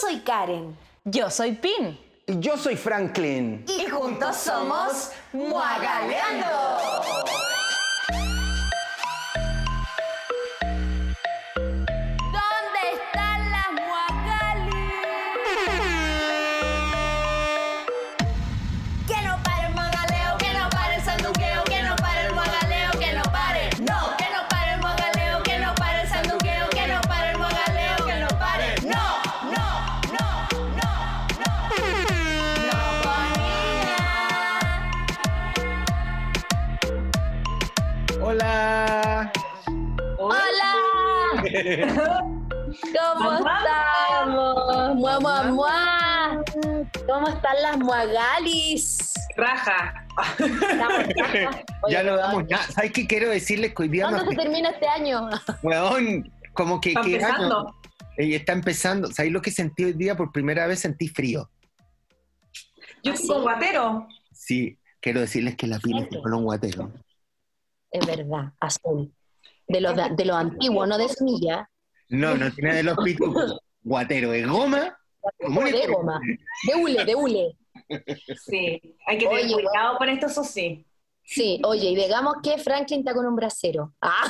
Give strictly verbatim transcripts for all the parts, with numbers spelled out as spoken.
soy Karen. Yo soy Pin. Y yo soy Franklin. Y juntos somos Muagaleando. ¿Dónde están las Muagalis? Que no pare el muagaleo, que no pare el sanduqueo, que no pare el muagaleo, que no pare. No, que no pare el muagaleo, que no pare el sanduqueo, que no pare el muagaleo, que no pare. No, no, no, no, no. No ponía. Hola. ¡Hola! ¿Cómo estamos? ¡Mua, mua, mua! ¿Cómo están las Muagalis? Raja. Estamos rajas. Oye, Ya no weón, damos nada. ¿Sabes qué quiero decirles? Que hoy día ¿cuándo no se termina este año? Weón, como que Está qué empezando. año. Eh, está empezando. ¿Sabes lo que sentí hoy día? Por primera vez sentí frío. Yo ¿Ah, estoy sí? con guatero. Sí, quiero decirles que la pila ¿Qué? se pone un guatero. Es verdad, azul. De los de, de los antiguos, no de semilla. No, no tiene de los pitucos. Guatero de goma. común y De goma. De hule, de hule. Sí, hay que tener Oye, cuidado con esto, eso sí. Sí, oye, y digamos que Franklin está con un brasero. ¡Ah!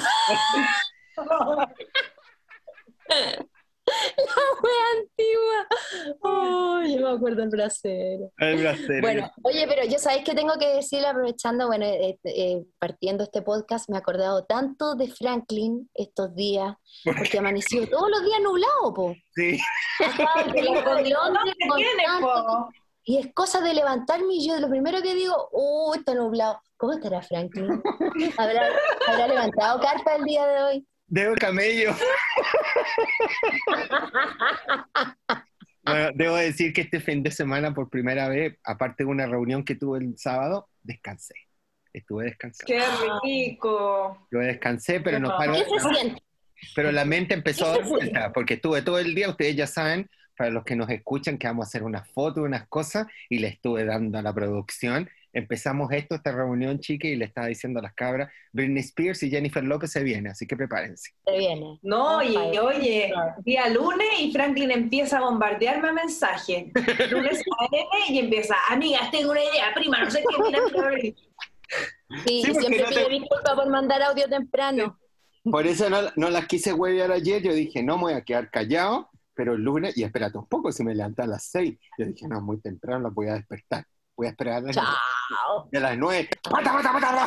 La wea antigua. Oh, yo me acuerdo del brasero. El brasero. Bueno, oye, pero yo sabéis que tengo que decirle, aprovechando, bueno, eh, eh, partiendo este podcast, me he acordado tanto de Franklin estos días, porque amaneció todos los días nublado, po. Sí. Ajá, que la ¿Dónde condición tienes, constante, po? y es cosa de levantarme y yo lo primero que digo, uh, está nublado. ¿Cómo estará Franklin? ¿Habrá, habrá levantado carpa el día de hoy? Debo camello. Bueno, debo decir que este fin de semana, por primera vez, aparte de una reunión que tuve el sábado, descansé. Estuve descansando. Qué rico. Yo descansé, pero no paro. ¿Qué se siente? Pero la mente empezó a ¿Qué dar se siente? vuelta, porque estuve todo el día, ustedes ya saben, para los que nos escuchan, que vamos a hacer unas fotos, unas cosas, y le estuve dando a la producción. Empezamos esto, esta reunión, chica, y le estaba diciendo a las cabras, Britney Spears y Jennifer Lopez se viene, así que prepárense. Se viene. No, y Ay, oye, día lunes y Franklin empieza a bombardearme mensajes. Lunes a eme y empieza, amigas, tengo una idea, prima, no sé qué, mira, mira, mira. Sí, Sí, y porque siempre no te- pide disculpas por mandar audio temprano. Por eso no, no las quise huevear ayer, yo dije, no me voy a quedar callado, pero el lunes, y espérate un poco, si me levanté a las seis, yo dije, no, muy temprano las voy a despertar, voy a esperar a las, Chao. de las nueve, ¡mata, mata, mata, mata!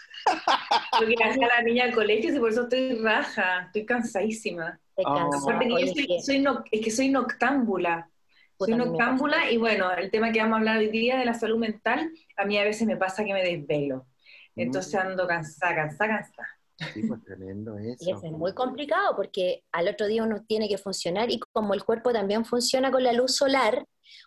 Porque le hacía a la niña al colegio y por eso estoy raja, estoy cansadísima. Te Oh. cansa. Aparte que yo Oye, soy, que- soy no- es que soy noctámbula. Puta, Soy a mí me noctámbula y bueno, el tema que vamos a hablar hoy día de la salud mental, a mí a veces me pasa que me desvelo. Entonces ando cansada, cansada, cansada. Sí, pues tremendo eso. Y eso es muy complicado porque al otro día uno tiene que funcionar y como el cuerpo también funciona con la luz solar,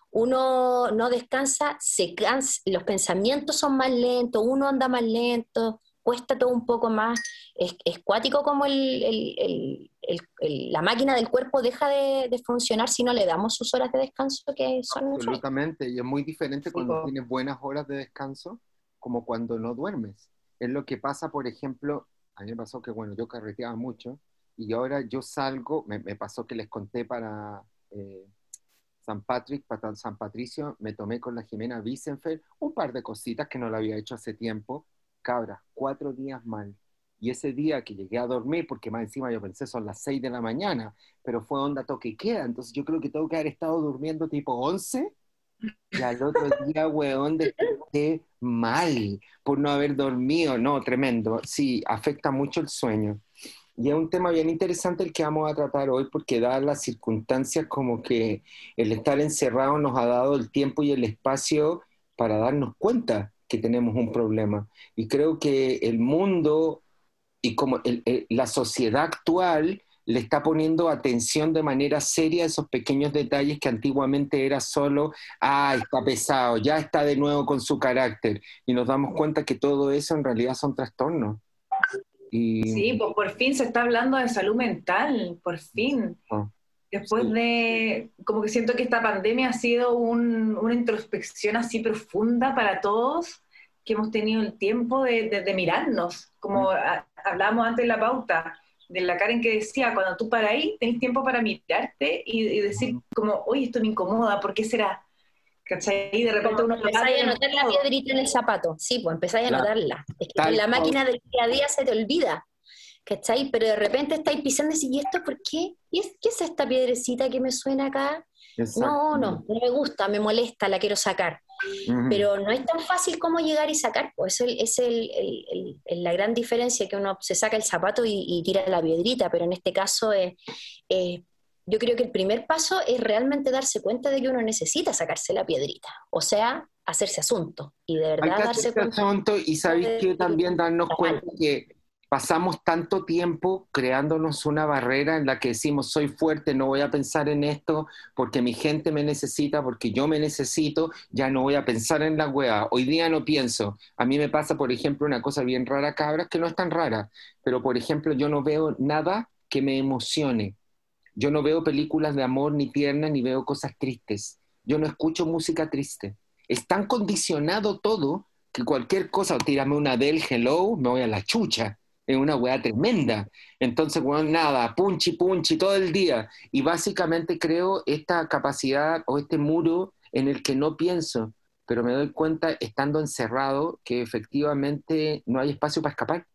uno no descansa, se cansa, los pensamientos son más lentos, uno anda más lento, cuesta todo un poco más, es, es cuático como el, el- el- el- el- la máquina del cuerpo deja de, de funcionar si no le damos sus horas de descanso que son necesarias. Absolutamente, y es muy diferente Sí, cuando po. tienes buenas horas de descanso como cuando no duermes. Es lo que pasa, por ejemplo, a mí me pasó que, bueno, yo carreteaba mucho y ahora yo salgo, me, me pasó que les conté para eh, San Patrick, para San Patricio, me tomé con la Jimena Wiesenfeld un par de cositas que no lo había hecho hace tiempo. Cabras, cuatro días mal. Y ese día que llegué a dormir, porque más encima yo pensé son las seis de la mañana, pero fue onda toque y queda, entonces yo creo que tengo que haber estado durmiendo tipo once, y al otro día, weón, desperté mal por no haber dormido. No, tremendo. Sí, afecta mucho el sueño. Y es un tema bien interesante el que vamos a tratar hoy, porque dadas las circunstancias, como que el estar encerrado nos ha dado el tiempo y el espacio para darnos cuenta que tenemos un problema. Y creo que el mundo y como el- el- la sociedad actual le está poniendo atención de manera seria a esos pequeños detalles que antiguamente era solo, ah, está pesado, ya está de nuevo con su carácter. Y nos damos cuenta que todo eso en realidad son trastornos. Y, Sí, pues por fin se está hablando de salud mental, por fin. ah, Después sí. de, como que siento que esta pandemia ha sido un- una introspección así profunda para todos, que hemos tenido el tiempo de, de- de mirarnos, como a- hablábamos antes en la pauta, de la Karen que decía, cuando tú para ahí, tenés tiempo para mirarte y, y decir como, oye, esto me incomoda, ¿por qué será? ¿Cachai? Y de repente Como uno empezáis a notar la piedrita en el zapato, sí, pues empezáis a Claro. notarla. Es que Tal con la cual. máquina del día a día se te olvida, ¿cachai? Pero de repente estáis pisando y decís, ¿y esto por qué? ¿Y es, ¿Qué es esta piedrecita que me suena acá? No, no, no me gusta, me molesta, la quiero sacar. Ujú. Pero no es tan fácil como llegar y sacar, pues es, el, es el, el, el, el- la gran diferencia, que uno se saca el zapato y, y tira la piedrita, pero en este caso es, eh, yo creo que el primer paso es realmente darse cuenta de que uno necesita sacarse la piedrita, o sea, hacerse asunto, y de Hay verdad que darse hacerse cuenta asunto y sabéis de que que también darnos está mal. cuenta que pasamos tanto tiempo creándonos una barrera en la que decimos soy fuerte, no voy a pensar en esto porque mi gente me necesita, porque yo me necesito, ya no voy a pensar en la weá. Hoy día no pienso. A mí me pasa, por ejemplo, una cosa bien rara, cabras, que no es tan rara, pero por ejemplo yo no veo nada que me emocione. Yo no veo películas de amor ni tiernas, ni veo cosas tristes. Yo no escucho música triste. Es tan condicionado todo que cualquier cosa, tírame una del Hello, me voy a la chucha. Es una weá tremenda. Entonces, weón, nada, punchi, punchi todo el día. Y básicamente creo esta capacidad o este muro en el que no pienso, pero me doy cuenta, estando encerrado, que efectivamente no hay espacio para escapar.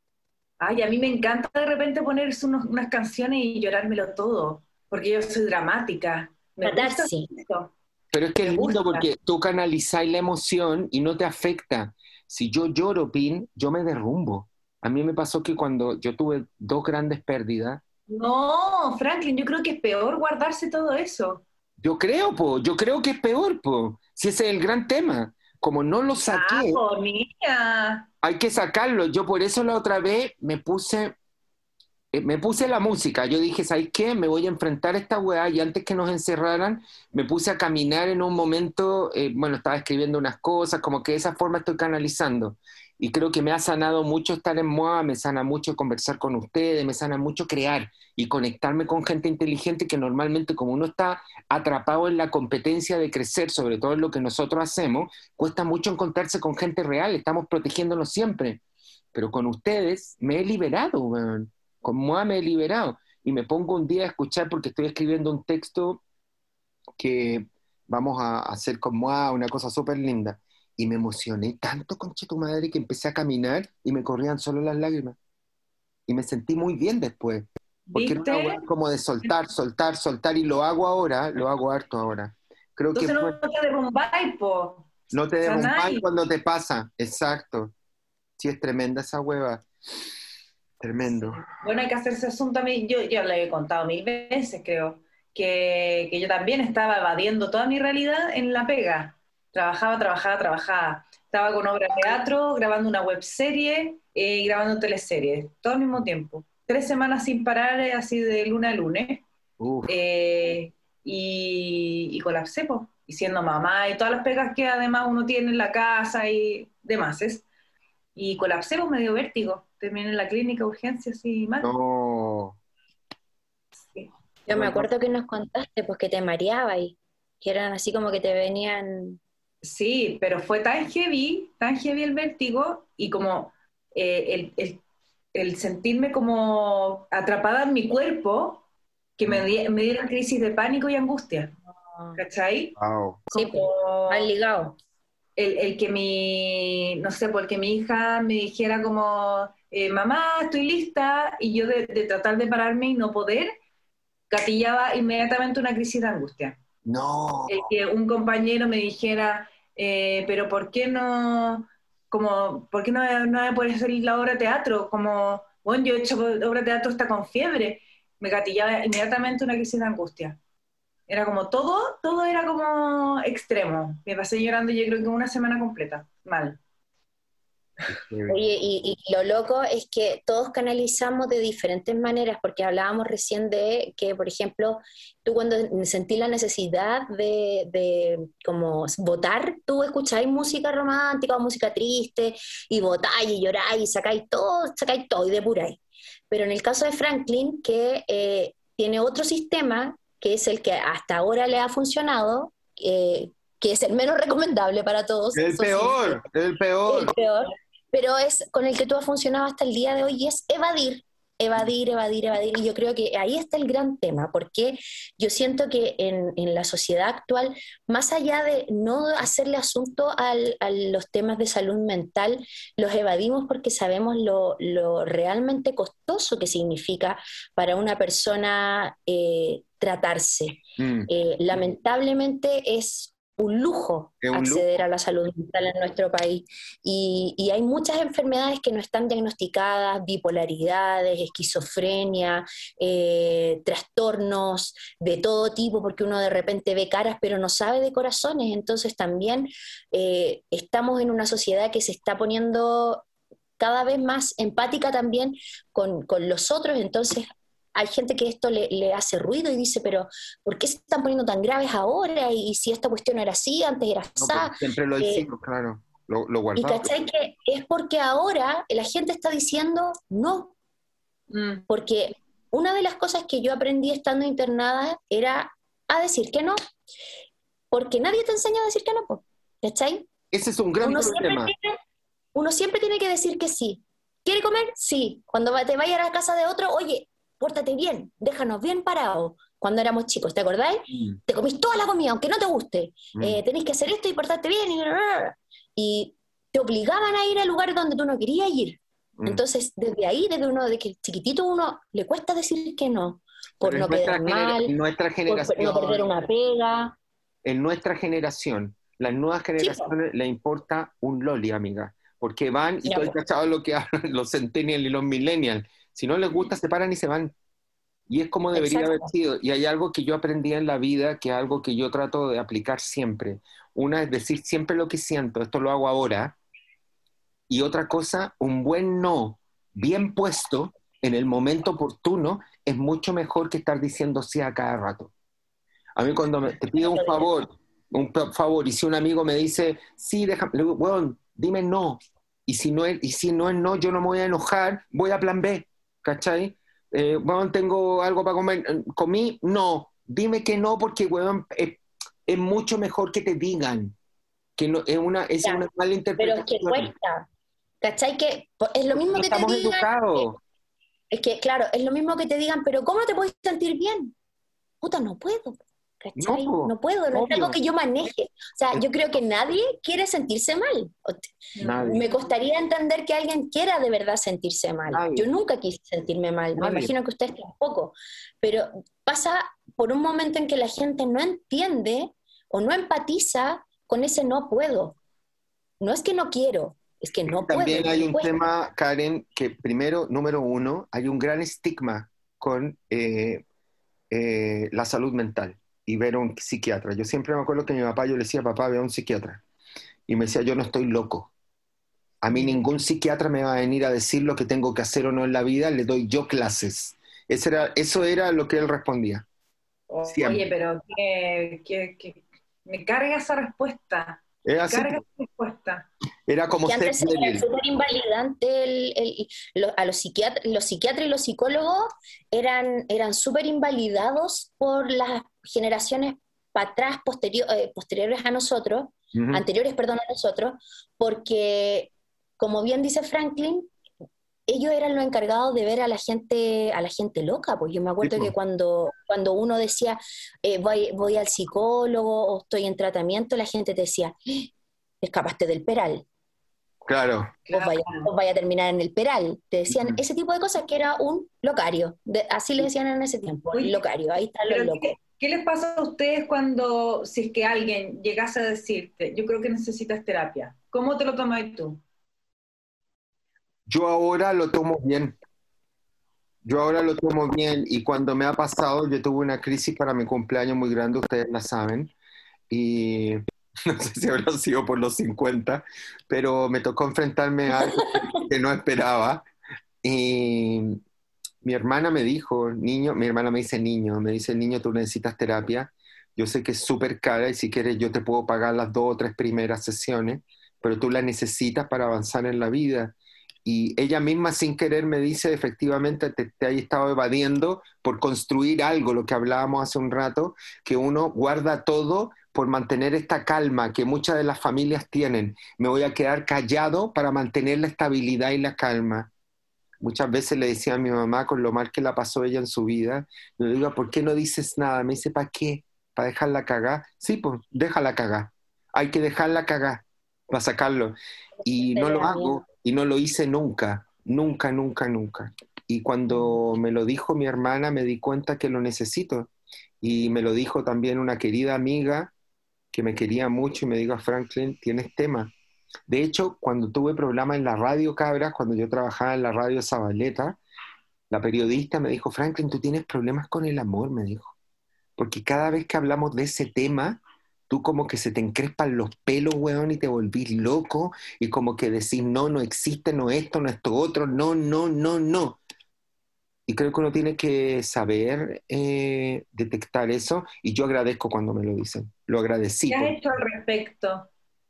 Ay, a mí me encanta de repente ponerse unos- unas canciones y llorármelo todo, porque yo soy dramática. Me gusta Catarsis. esto, Pero es que me es lindo gusta. porque tú canalizáis la emoción y no te afecta. Si yo lloro, Pin, yo me derrumbo. A mí me pasó que cuando yo tuve dos grandes pérdidas, No, Franklin, yo creo que es peor guardarse todo eso. yo creo, po, yo creo que es peor, po. Si ese es el gran tema. Como no lo Ah, saqué, po, niña. hay que sacarlo. Yo por eso la otra vez me puse eh, me puse la música, yo dije, ¿sabes qué? Me voy a enfrentar a esta weá y antes que nos encerraran, me puse a caminar en un momento, eh, bueno, estaba escribiendo unas cosas, como que de esa forma estoy canalizando. Y creo que me ha sanado mucho estar en M O A, me sana mucho conversar con ustedes, me sana mucho crear y conectarme con gente inteligente que normalmente como uno está atrapado en la competencia de crecer, sobre todo en lo que nosotros hacemos, cuesta mucho encontrarse con gente real, estamos protegiéndonos siempre. Pero con ustedes me he liberado, weón. Con M O A me he liberado y me pongo un día a escuchar porque estoy escribiendo un texto que vamos a hacer con M O A, una cosa súper linda. Y me emocioné tanto, conche tu madre, que empecé a caminar y me corrían solo las lágrimas. Y me sentí muy bien después, porque era una ¿Viste? weá como de soltar, soltar, soltar, y lo hago ahora, lo hago harto ahora. Creo que Entonces fue, no te derrumbáis, po. no te derrumbáis Sanáis. cuando te pasa, exacto. Sí, es tremenda esa hueva, Sí. tremendo. Bueno, hay que hacerse asunto a mí. Yo, yo le he contado mil veces, creo, que, que yo también estaba evadiendo toda mi realidad en la pega. Trabajaba, trabajaba, trabajaba. Estaba con obra de teatro, grabando una webserie eh, y grabando teleseries, todo al mismo tiempo. Tres semanas sin parar, eh, así de lunes a lunes. Uf, Eh, y, y colapsé, po. Y siendo mamá y todas las pegas que además uno tiene en la casa y demás. Y colapsé, pues me dio vértigo. Terminé en la clínica, urgencias y mal. no. Sí. Yo me Dolor. acuerdo que nos contaste, pues que te mareaba y que eran así como que te venían... Sí, pero fue tan heavy, tan heavy el vértigo y como eh, el, el- el sentirme como atrapada en mi cuerpo que me, di- me dieron crisis de pánico y angustia, ¿cachai? Wow. Sí, pues, mal Como ligado. el, el que mi, no sé, porque mi hija me dijera como, eh, mamá, estoy lista, y yo de, de tratar de pararme y no poder, gatillaba inmediatamente una crisis de angustia. No. El que un compañero me dijera, eh, pero ¿por qué no, como, ¿por qué no, no me puedes salir la obra de teatro? Como, bueno, yo he hecho obra de teatro hasta con fiebre. Me gatillaba inmediatamente una crisis de angustia. Era como todo, todo era como extremo. Me pasé llorando yo creo que una semana completa, mal. Oye, y, y lo loco es que todos canalizamos de diferentes maneras, porque hablábamos recién de que, por ejemplo, tú cuando sentís la necesidad de, de como votar, tú escucháis música romántica o música triste, y votáis y lloráis y sacáis todo, sacáis todo y depuráis. Pero en el caso de Franklin, que eh, tiene otro sistema, que es el que hasta ahora le ha funcionado, eh, que es el menos recomendable para todos, El eso sí, que peor, el es el peor. peor, pero es con el que tú has funcionado hasta el día de hoy y es evadir. evadir, evadir, evadir. Y yo creo que ahí está el gran tema, porque yo siento que en, en la sociedad actual, más allá de no hacerle asunto al, a los temas de salud mental, los evadimos porque sabemos lo, lo realmente costoso que significa para una persona eh, tratarse. Mm. Eh, lamentablemente es un lujo Es un acceder lujo. a la salud mental en nuestro país y, y hay muchas enfermedades que no están diagnosticadas, bipolaridades, esquizofrenia, eh, trastornos de todo tipo, porque uno de repente ve caras pero no sabe de corazones, entonces también eh, estamos en una sociedad que se está poniendo cada vez más empática también con, con los otros, entonces hay gente que esto le, le hace ruido y dice, pero ¿por qué se están poniendo tan graves ahora? Y, y si esta cuestión era así, antes era No, así. pues, siempre lo Eh, hicimos, claro. Lo, lo y guardamos. cachai que es porque ahora la gente está diciendo no, Mm. porque una de las cosas que yo aprendí estando internada era a decir que no, porque nadie te enseña a decir que no, po, ¿cachai? Ese es un gran Uno siempre, problema. tiene, uno siempre tiene que decir que sí. ¿Quiere comer? Sí. Cuando va- te vayas a la casa de otro, oye, pórtate bien, déjanos bien parados. Cuando éramos chicos, ¿te acordáis? Mm, Te comís toda la comida, aunque no te guste. mm, Eh, tenés que hacer esto y portarte bien. Y, y te obligaban a ir a lugares donde tú no querías ir. mm. Entonces, desde ahí, desde uno, de que chiquitito uno le cuesta decir que no, por Pero en no nuestra, quedar genera- mal, en nuestra por per- no perder generación, una pega. en nuestra generación, las nuevas Sí, po. generaciones le importa un loli, amiga, porque van y Ya, todo el po. cachado lo que hablan los centennials y los millennials. Si no les gusta, se paran y se van. Y es como debería haber Exacto. sido. Y hay algo que yo aprendí en la vida, que es algo que yo trato de aplicar siempre. Una es decir siempre lo que siento, esto lo hago ahora. Y otra cosa, un buen no bien puesto en el momento oportuno es mucho mejor que estar diciendo sí a cada rato. A mí cuando me, te pido un favor, un pa- favor, y si un amigo me dice, sí, déjame, le digo, weón, dime no. Y si no es, y si no es no, yo no me voy a enojar, voy a plan B, ¿cachai? Eh, weón, tengo algo para comer, eh, comí, no. Dime que no, porque, weón, es, es mucho mejor que te digan. Que no, es una, es Ya, una mala pero es que interpretación. cuesta. ¿Cachai? Que po- es lo mismo No que te estamos digan, educados. es que, claro, es lo mismo que te digan, pero ¿cómo te puedes sentir bien? Puta, no puedo, ¿cachai? No, po, No puedo, no es obvio. algo que yo maneje. O sea, yo creo que nadie quiere sentirse mal. O t- Nadie. Me costaría entender que alguien quiera de verdad sentirse mal. Nadie. Yo nunca quise sentirme mal, me Nadie. imagino que ustedes tampoco. Pero pasa por un momento en que la gente no entiende o no empatiza con ese no puedo. No es que no quiero, es que no puedo. También hay me un cuesta. tema, Karen, que primero, número uno, hay un gran estigma con eh, eh, la salud mental y ver a un psiquiatra. Yo siempre me acuerdo que a mi papá yo le decía, papá, ve a un psiquiatra. Y me decía, yo no estoy loco. A mí ningún psiquiatra me va a venir a decir lo que tengo que hacer o no en la vida, le doy yo clases. Ese era, eso era lo que él respondía. Siempre. Oye, pero que, que, que me carga esa respuesta. Era, así, Carga esa respuesta. era como Que ser antes era débil. súper invalidante, el, el- lo- a los psiquiatras, los psiquiatras y los psicólogos eran, eran súper invalidados por las generaciones para atrás, posterior, eh, posteriores a nosotros, Ujú. anteriores, perdón, a nosotros, porque, como bien dice Franklin, ellos eran los encargados de ver a la gente, a la gente loca, pues yo me acuerdo Sí, pues. que cuando, cuando uno decía eh, voy, voy al psicólogo o estoy en tratamiento, la gente te decía, "¡Ah! Escapaste del peral, Claro. vos vaya, vos vaya a terminar en el peral". Te decían Ujú. ese tipo de cosas, que era un locario, de- así le decían en ese tiempo, el Oye, locario, ahí están los Pero locos. ¿qué, qué les pasa a ustedes cuando, si es que alguien llegase a decirte, yo creo que necesitas terapia? ¿Cómo te lo tomas tú? Yo ahora lo tomo bien. Yo ahora lo tomo bien y cuando me ha pasado, yo tuve una crisis para mi cumpleaños muy grande, ustedes la saben, y no sé si habrá sido por los cincuenta, pero me tocó enfrentarme a algo que no esperaba. Y mi hermana me dijo, niño, mi hermana me dice niño, me dice niño, tú necesitas terapia. Yo sé que es súper cara y si quieres yo te puedo pagar las dos o tres primeras sesiones, pero tú la necesitas para avanzar en la vida. Y ella misma sin querer me dice, efectivamente, te, te has estado evadiendo por construir algo, lo que hablábamos hace un rato, que uno guarda todo por mantener esta calma que muchas de las familias tienen. Me voy a quedar callado para mantener la estabilidad y la calma. Muchas veces le decía a mi mamá con lo mal que la pasó ella en su vida, le digo, ¿por qué no dices nada? Me dice, ¿para qué? ¿Para dejarla cagar? Sí, pues déjala cagar. Hay que dejarla cagar para sacarlo. Y Te no lo da miedo. hago y no lo hice nunca, nunca, nunca, nunca. Y cuando me lo dijo mi hermana me di cuenta que lo necesito. Y me lo dijo también una querida amiga que me quería mucho y me dijo, Franklin, tienes tema. De hecho, cuando tuve problemas en la radio, cabras, cuando yo trabajaba en la radio Zabaleta, la periodista me dijo, Franklin, tú tienes problemas con el amor, me dijo. Porque cada vez que hablamos de ese tema, tú como que se te encrespan los pelos, weón, y te volvís loco, y como que decís, no, no existe, no esto, no esto otro, no, no, no, no. Y creo que uno tiene que saber eh, detectar eso, y yo agradezco cuando me lo dicen. Lo agradecí. ¿Qué has Porque... hecho al respecto?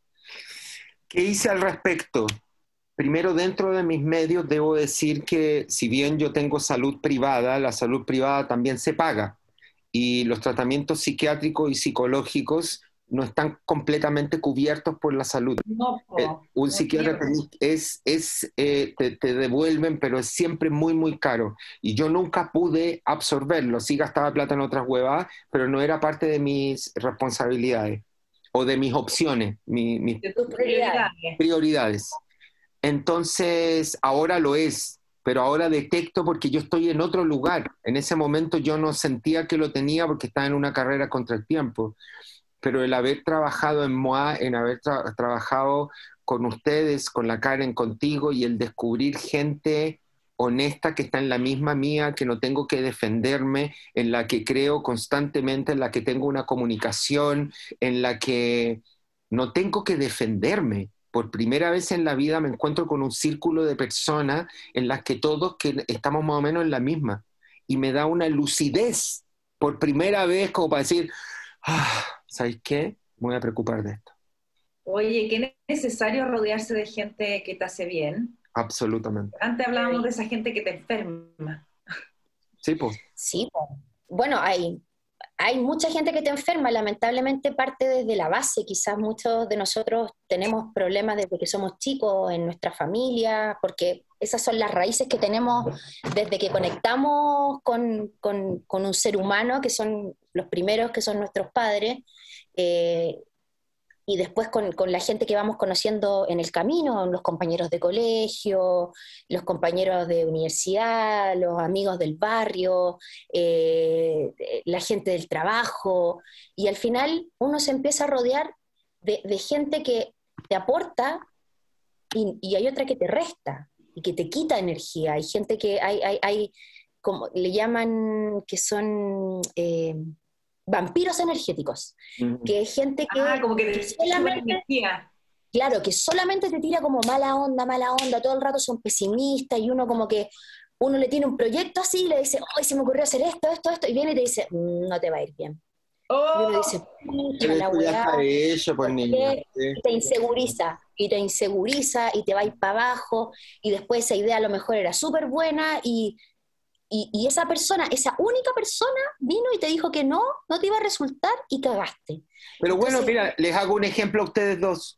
¿Qué hice al respecto? Primero, dentro de mis medios, debo decir que si bien yo tengo salud privada, la salud privada también se paga. Y los tratamientos psiquiátricos y psicológicos no están completamente cubiertos por la salud. No, Eh, po, un no psiquiatra te, entiendo. es, es, eh, te, te devuelven, pero es siempre muy, muy caro. Y yo nunca pude absorberlo. Sí gastaba plata en otras huevadas, pero no era parte de mis responsabilidades o de mis opciones, mi- mis De Tus tus prioridades. prioridades. prioridades. Entonces, ahora lo es, pero ahora detecto porque yo estoy en otro lugar. En ese momento yo no sentía que lo tenía porque estaba en una carrera contra el tiempo. Pero el haber trabajado en M O A, en haber tra- trabajado con ustedes, con la Karen, contigo, y el descubrir gente honesta que está en la misma mía, que no tengo que defenderme, en la que creo constantemente, en la que tengo una comunicación, en la que no tengo que defenderme. Por primera vez en la vida me encuentro con un círculo de personas en las que todos que estamos más o menos en la misma. Y me da una lucidez por primera vez como para decir, ah, ¿sabes qué? Me voy a preocupar de esto. Oye, qué necesario rodearse de gente que te hace bien. Absolutamente. Antes hablábamos de esa gente que te enferma. Sí, pues. Sí, po. Bueno, hay, hay mucha gente que te enferma, lamentablemente parte desde la base, quizás muchos de nosotros tenemos problemas desde que somos chicos en nuestra familia, porque esas son las raíces que tenemos desde que conectamos con, con- con un ser humano, que son los primeros, que son nuestros padres, eh, y después con, con la gente que vamos conociendo en el camino, los compañeros de colegio, los compañeros de universidad, los amigos del barrio, eh, la gente del trabajo, y al final uno se empieza a rodear de, de gente que te aporta y, y hay otra que te resta y que te quita energía. Hay gente que hay, hay, hay como le llaman, que son eh, vampiros energéticos, Mm. que es gente Ah, que, como que que te chupa solamente, energía. claro, que solamente te tira como mala onda, mala onda, todo el rato son pesimistas y uno como que, uno le tiene un proyecto así y le dice, hoy se me ocurrió hacer esto, esto, esto, y viene y te dice, "Mm, no te va a ir bien". Y uno dice, Oh, pucha Pero la esto ya weá, está hecho, pues ¿por niña. qué? Sí. Y te inseguriza, y te inseguriza, y te va a ir para abajo, y después esa idea a lo mejor era súper buena, y, y, y esa persona, esa única persona vino y te dijo que no, no te iba a resultar, y cagaste. Pero bueno, Entonces, mira, les hago un ejemplo a ustedes dos.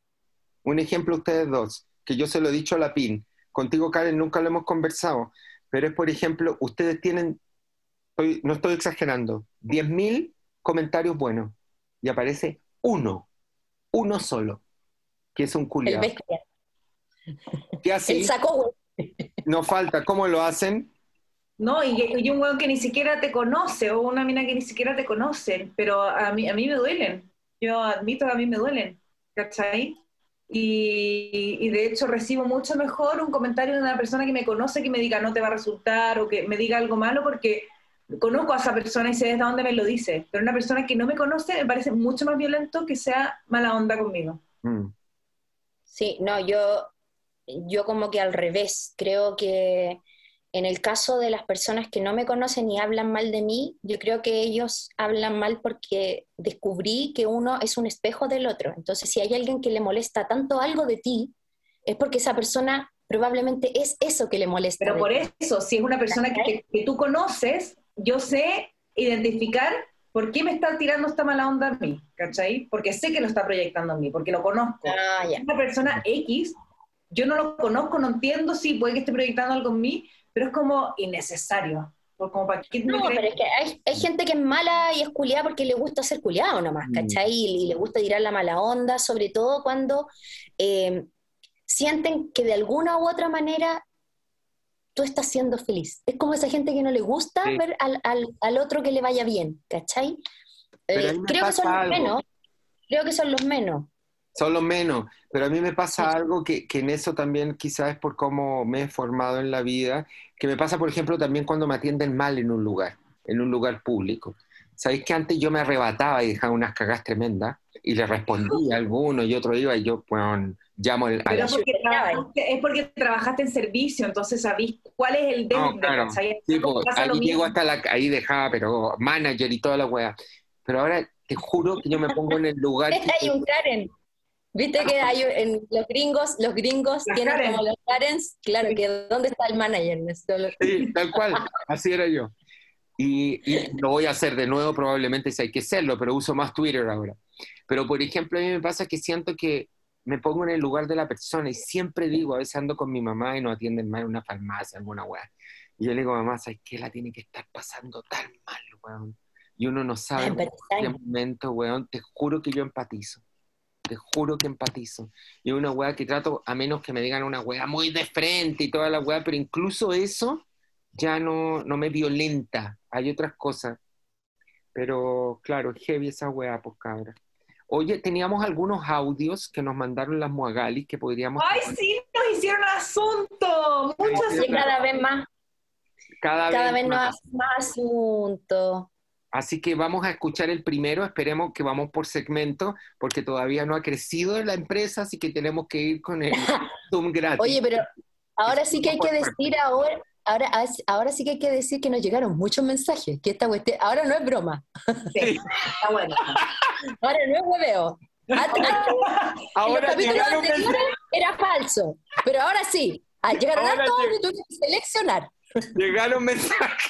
Un ejemplo a ustedes dos, que yo se lo he dicho a la P I N. Contigo, Karen, nunca lo hemos conversado. Pero es, por ejemplo, ustedes tienen, estoy- no estoy exagerando, diez mil comentarios buenos. Y aparece uno, uno solo, que es un el culiado. bestia, ¿Qué el así? sacó, No falta. ¿Cómo lo hacen? no, y, y un weón que ni siquiera te conoce, o una mina que ni siquiera te conocen, pero a mí, a mí me duelen. Yo admito que a mí me duelen, ¿cachai? Y, y de hecho recibo mucho mejor un comentario de una persona que me conoce que me diga no te va a resultar o que me diga algo malo porque conozco a esa persona y sé desde dónde me lo dice. Pero una persona que no me conoce me parece mucho más violento que sea mala onda conmigo. Mm. sí, no, yo, yo como que al revés, creo que en el caso de las personas que no me conocen y hablan mal de mí, yo creo que ellos hablan mal porque descubrí que uno es un espejo del otro. Entonces, si hay alguien que le molesta tanto algo de ti, es porque esa persona probablemente es eso que le molesta Pero de por ti. eso, si es una persona que, te- que tú conoces, yo sé identificar por qué me está tirando esta mala onda a mí, ¿cachai? Porque sé que lo está proyectando a mí, porque lo conozco. Ah, ya. Una persona X, yo no lo conozco, no entiendo, sí, puede que esté proyectando algo en mí, pero es como innecesario. Por como para qué No, me pero crees. es que hay, hay gente que es mala y es culiada porque le gusta ser culiado nomás, ¿cachai? Y, y le gusta tirar la mala onda, sobre todo cuando eh, sienten que de alguna u otra manera tú estás siendo feliz. Es como esa gente que no le gusta Sí. ver al, al, al otro que le vaya bien, ¿cachai? Pero a Eh, mí me creo que pasa son los algo. menos, creo que son los menos. Son los menos, pero a mí me pasa Sí. algo que, que en eso también quizás es por cómo me he formado en la vida, que me pasa, por ejemplo, también cuando me atienden mal en un lugar, en un lugar público. ¿Sabéis que antes yo me arrebataba y dejaba unas cagas tremendas y le respondía a alguno y otro iba y yo, bueno, llamo al... Pero al- es porque, trabajaste, es porque trabajaste en servicio, entonces sabís cuál es el No, debe, claro. ¿cachai? Sí, pues, Pasa lo ahí mismo. llego hasta la... Ahí dejaba, pero manager y toda la wea. Pero ahora te juro que yo me pongo en el lugar que... Hay un Karen. Viste que hay en los gringos, los gringos Las tienen Karen. como los Karens, claro, Sí. que ¿dónde está el manager? Solo- Sí, tal cual, así era yo. Y, y lo voy a hacer de nuevo probablemente si hay que hacerlo, pero uso más Twitter ahora. Pero por ejemplo, a mí me pasa que siento que me pongo en el lugar de la persona y siempre digo, a veces ando con mi mamá y nos atienden mal en una farmacia, alguna weá. Y yo le digo, mamá, ¿sabes qué? La tiene que estar pasando tan mal, weón. Y uno no sabe en qué momento, weón. Te juro que yo empatizo. Te juro que empatizo. Y una weá que trato, a menos que me digan una weá muy de frente y toda la weá, pero incluso eso ya no, no me violenta. Hay otras cosas. Pero claro, heavy esa weá, pues cabra. Oye, teníamos algunos audios que nos mandaron las Muagalis que podríamos... ¡Ay, sí! ¡Nos hicieron asunto! Muchos Y cada vez más, cada, cada vez vez no más. hace más asunto. Así que vamos a escuchar el primero, esperemos que vamos por segmento, porque todavía no ha crecido la empresa, así que tenemos que ir con el Zoom gratis. Oye, pero ahora sí que hay que decir ahora, ahora, ahora sí que hay que decir que nos llegaron muchos mensajes, que esta cuestión, ahora no es broma. Sí, está bueno. Ahora no es hueveo. Antes, Ahora en los capítulos llegaron anteriores mensajes. era falso, pero ahora sí. Ah, llegaron Ahora hartos lleg- y tuvimos que seleccionar. Llegaron mensajes.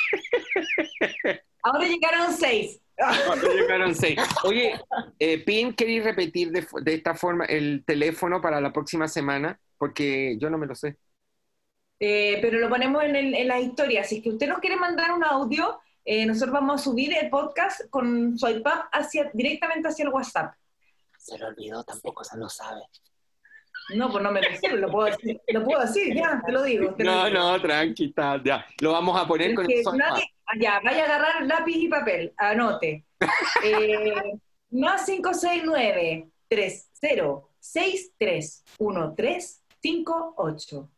Ahora llegaron seis. Ahora llegaron seis. Oye, eh, Pin, ¿queréis repetir de, de esta forma el teléfono para la próxima semana? Porque yo no me lo sé. Eh, pero lo ponemos en, el, en las historias. Si es que usted nos quiere mandar un audio, eh, nosotros vamos a subir el podcast con su iPad hacia, directamente hacia el WhatsApp. Se lo olvidó, tampoco se lo sabe. No, pues no me lo sé, lo puedo decir, lo puedo decir, ya, te lo digo. Te lo No, digo. no, tranqui, está, ya. Lo vamos a poner Es con que el sol. nadie, ya, vaya a agarrar lápiz y papel, anote. Eh, más cinco seis nueve tres cero seis tres uno tres cinco ocho.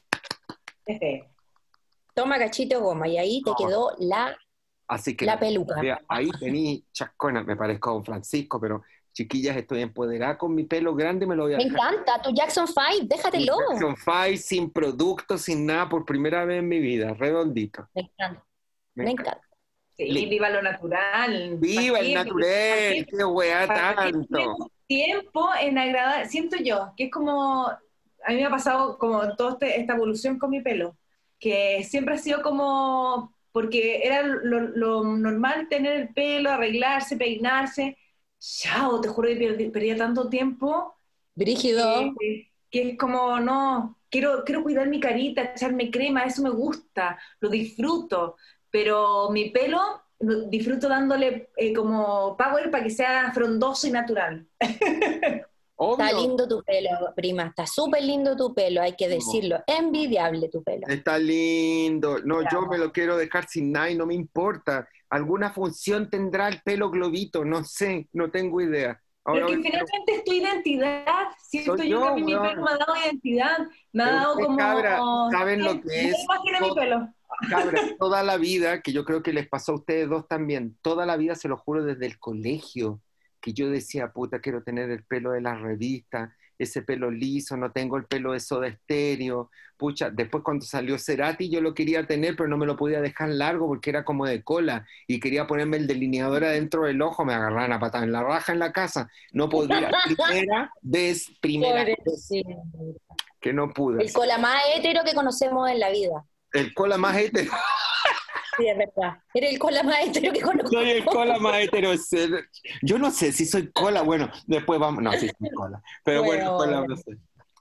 Este. Toma cachito de goma y ahí te No. quedó la, Así que la peluca. vea, ahí tení chascona, me parezco a don Francisco, pero chiquillas, estoy empoderada con mi pelo grande, me lo voy a Me dejar. encanta, tu Jackson five, déjatelo. Jackson Five, sin producto, sin nada, por primera vez en mi vida, redondito. Me encanta, Me me encanta. encanta. Sí, Li- viva lo natural. ¡Viva ¿Para el qué? natural! ¿Para qué? ¡Qué weá ¿Para qué tanto! tenemos tiempo en agradar? Siento yo que es como, a mí me ha pasado como toda este, esta evolución con mi pelo, que siempre ha sido como, porque era lo, lo normal tener el pelo, arreglarse, peinarse. Chao, te juro que perdí- perdía tanto tiempo Brígido. que, que es como, no, quiero, quiero cuidar mi carita, echarme crema, eso me gusta, lo disfruto, pero mi pelo lo disfruto dándole eh, como power para que sea frondoso y natural. Está Obvio, lindo tu pelo, prima, está súper lindo tu pelo, hay que decirlo. Envidiable tu pelo. está lindo. No, yo Claro. me lo quiero dejar sin nada y no me importa. Alguna función tendrá el pelo globito, no sé, no tengo idea. Ahora Pero que voy- finalmente es tu identidad, siento Soy yo, yo, que a mí mi weón. pelo me ha dado identidad, me ha Pero dado ustedes, como... cabra, ¿saben lo Sí, que es? más tiene mi Todo- pelo. Cabra, toda la vida, que yo creo que les pasó a ustedes dos también, toda la vida, se lo juro, desde el colegio, que yo decía, puta, quiero tener el pelo de la revista, ese pelo liso, no tengo el pelo de Soda Stereo. Pucha, después cuando salió Cerati yo lo quería tener, pero no me lo podía dejar largo porque era como de cola, y quería ponerme el delineador adentro del ojo, me agarraban a patada en la raja en la casa, no podía, primera vez, primera vez Pobrecito. que no pude. El cola más hetero que conocemos en la vida. El cola más hetero. Sí, es verdad. Era el cola más hetero que conozco. Soy el cola más hetero. Yo no sé si soy cola, bueno, después vamos, no, sí soy cola, pero bueno, Bueno, cola bueno. no sé.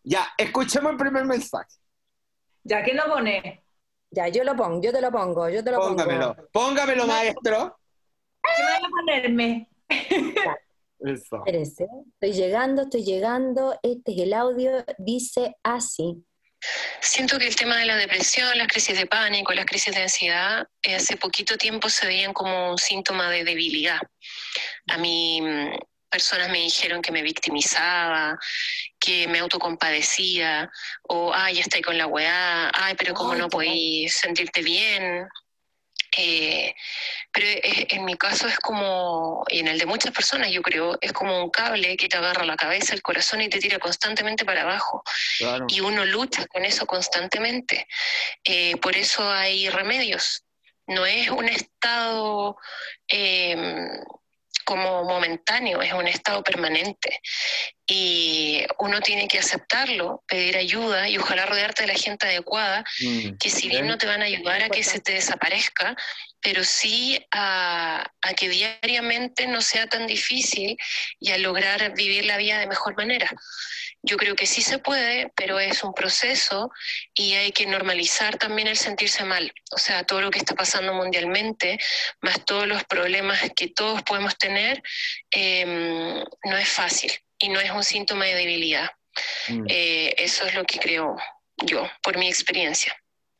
Ya, escuchemos el primer mensaje. Ya, ¿qué lo pone? Ya, yo lo pongo, yo te lo pongo, yo te lo Póngamelo, pongo. póngamelo, maestro. ¿Qué me van a ponerme? Ya, Eso. espérense, estoy llegando, estoy llegando. Este es el audio, dice así. Siento que el tema de la depresión, las crisis de pánico, las crisis de ansiedad, eh, hace poquito tiempo se veían como un síntoma de debilidad. A mí mm, personas me dijeron que me victimizaba, que me autocompadecía, o ay, ya estoy con la weá, ay, pero cómo Ay, no qué mal. podís sentirte bien. Eh, pero eh, en mi caso es como, y en el de muchas personas yo creo, es como un cable que te agarra la cabeza, el corazón y te tira constantemente para abajo. Claro. Y uno lucha con eso constantemente. Eh, por eso hay remedios. No es un estado eh, como momentáneo, es un estado permanente. Y uno tiene que aceptarlo, pedir ayuda y ojalá rodearte de la gente adecuada, Mm. que si bien no te van a ayudar a que se te desaparezca, pero sí a, a que diariamente no sea tan difícil y a lograr vivir la vida de mejor manera. Yo creo que sí se puede, pero es un proceso y hay que normalizar también el sentirse mal. O sea, todo lo que está pasando mundialmente, más todos los problemas que todos podemos tener, eh, no es fácil y no es un síntoma de debilidad. Mm. Eh, eso es lo que creo yo, por mi experiencia.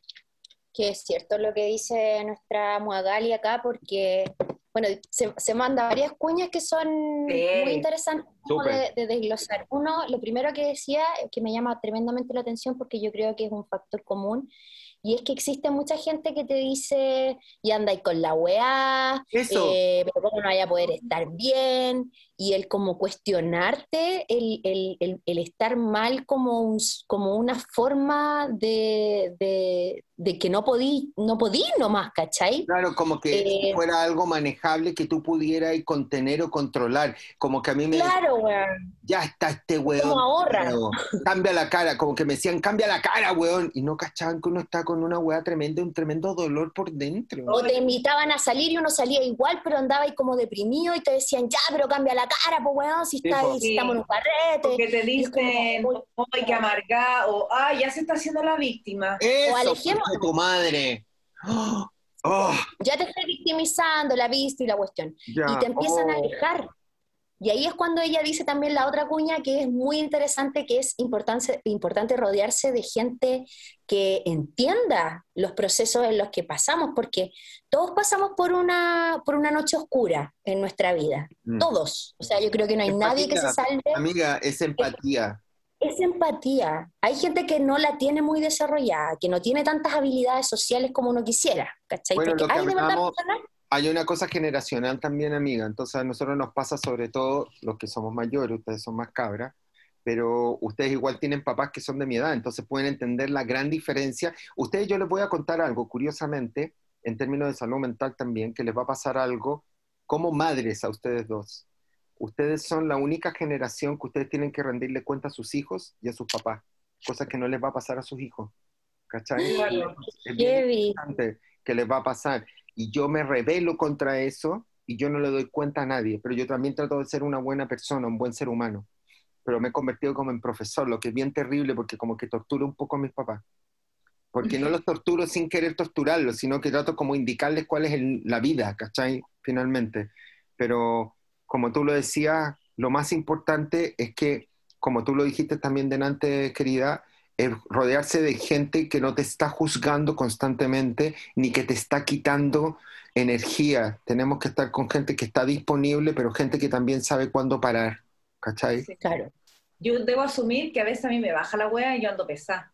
Que es cierto lo que dice nuestra Muagali acá, porque, bueno, se, se manda varias cuñas que son Sí. muy interesantes como de, Súper. de desglosar. Uno, lo primero que decía, que me llama tremendamente la atención porque yo creo que es un factor común, y es que existe mucha gente que te dice, y anda ahí con la weá, Eso. eh, pero cómo no vaya a poder estar bien, y el como cuestionarte, el, el, el, el estar mal como, un, como una forma de, de, de que no podí, no podí nomás, ¿cachai? Claro, como que Eh, fuera algo manejable que tú pudieras y contener o controlar. Como que a mí me claro, weón, ya está este como weón de ahorra. nuevo. Cambia la cara, como que me decían, cambia la cara, weón. Y no cachaban que uno está con una weá tremenda, un tremendo dolor por dentro. O te invitaban a salir y uno salía igual, pero andaba ahí como deprimido y te decían, ya, pero cambia la cara, pues weón, si, Sí, está po. ahí, si Sí. estamos en un carrete. Porque te Y es como, dicen, uy, ¡ay, qué amargada! O ¡ay, ya se está haciendo la víctima! Eso, alejémonos. concha de tu madre. Oh, oh, ya te estoy victimizando, la vista y la cuestión. ya, Y te empiezan a oh. alejar. Y ahí es cuando ella dice también la otra cuña que es muy interesante, que es importante, importante rodearse de gente que entienda los procesos en los que pasamos, porque todos pasamos por una, por una noche oscura en nuestra vida, Mm. todos. O sea, yo creo que no hay nadie que se Empatía, salve. amiga, es empatía. Es empatía. Hay gente que no la tiene muy desarrollada, que no tiene tantas habilidades sociales como uno quisiera, ¿cachai? Bueno, Porque lo que hay de verdad hablamos, personas. hay una cosa generacional también, amiga. Entonces a nosotros nos pasa sobre todo los que somos mayores, ustedes son más cabras, pero ustedes igual tienen papás que son de mi edad, entonces pueden entender la gran diferencia. Ustedes, yo les voy a contar algo, curiosamente, en términos de salud mental también, que les va a pasar algo como madres a ustedes dos. Ustedes son la única generación que ustedes tienen que rendirle cuenta a sus hijos y a sus papás, cosa que no les va a pasar a sus hijos. ¿Cachai? Claro. Es bien Heavy. importante que les va a pasar. Y yo me rebelo contra eso y yo no le doy cuenta a nadie, pero yo también trato de ser una buena persona, un buen ser humano. Pero me he convertido como en profesor, lo que es bien terrible porque como que torturo un poco a mis papás. Porque no los torturo sin querer torturarlos, sino que trato como indicarles cuál es el- la vida, ¿cachai? Finalmente. Pero como tú lo decías, lo más importante es que, como tú lo dijiste también delante, querida, es rodearse de gente que no te está juzgando constantemente ni que te está quitando energía. Tenemos que estar con gente que está disponible, pero gente que también sabe cuándo parar, ¿cachai? Sí. Claro. Yo debo asumir que a veces a mí me baja la wea y yo ando pesada.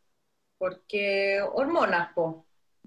Porque hormonas, po.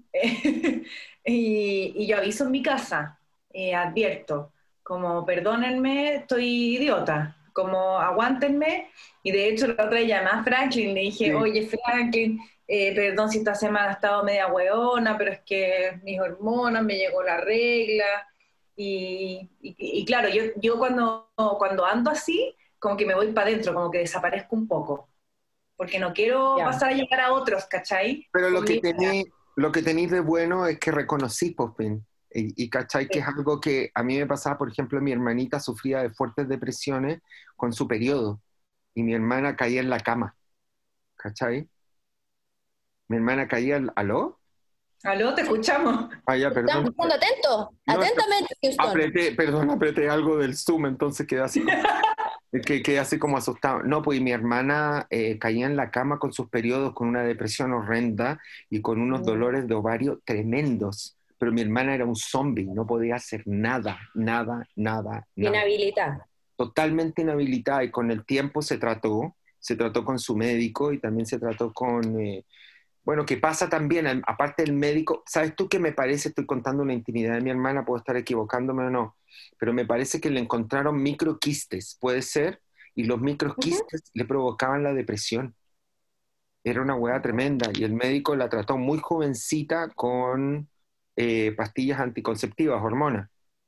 y, y yo aviso en mi casa, eh, advierto, como perdónenme, estoy idiota, como aguántenme. Y de hecho la otra vez llamé a Franklin, le dije, Sí. oye Franklin, eh, perdón si esta semana he estado media hueona, pero es que mis hormonas, me llegó la regla. Y, y, y claro, yo, yo cuando, cuando ando así, como que me voy para adentro, como que desaparezco un poco, porque no quiero Ya. pasar a llegar a otros, ¿cachai? Pero lo que Conmigo. tenéis, lo que tenéis de bueno es que reconocí, pues, Pin. Y, y cachai que es algo que a mí me pasaba, por ejemplo, mi hermanita sufría de fuertes depresiones con su periodo y mi hermana caía en la cama. ¿cachai? Mi hermana caía, al- ¿aló? Aló, te escuchamos. Ah, ya, ¿Están perdón. escuchando atentos? No, Atentamente, Houston. Apreté, perdón, apreté algo del Zoom, entonces quedé así como, que, quedé así como asustado. No, pues mi hermana eh, caía en la cama con sus periodos, con una depresión horrenda y con unos Mm. dolores de ovario tremendos. Pero mi hermana era un zombie, no podía hacer nada, nada, nada, nada. Inhabilitada. Totalmente inhabilitada, y con el tiempo se trató, se trató con su médico y también se trató con, eh, bueno, que pasa también, al- aparte del médico, ¿sabes tú qué me parece? Estoy contando una intimidad de mi hermana, puedo estar equivocándome o no, pero me parece que le encontraron microquistes, puede ser, y los microquistes le provocaban la depresión. Era una hueá tremenda, y el médico la trató muy jovencita con eh, pastillas anticonceptivas, hormonas,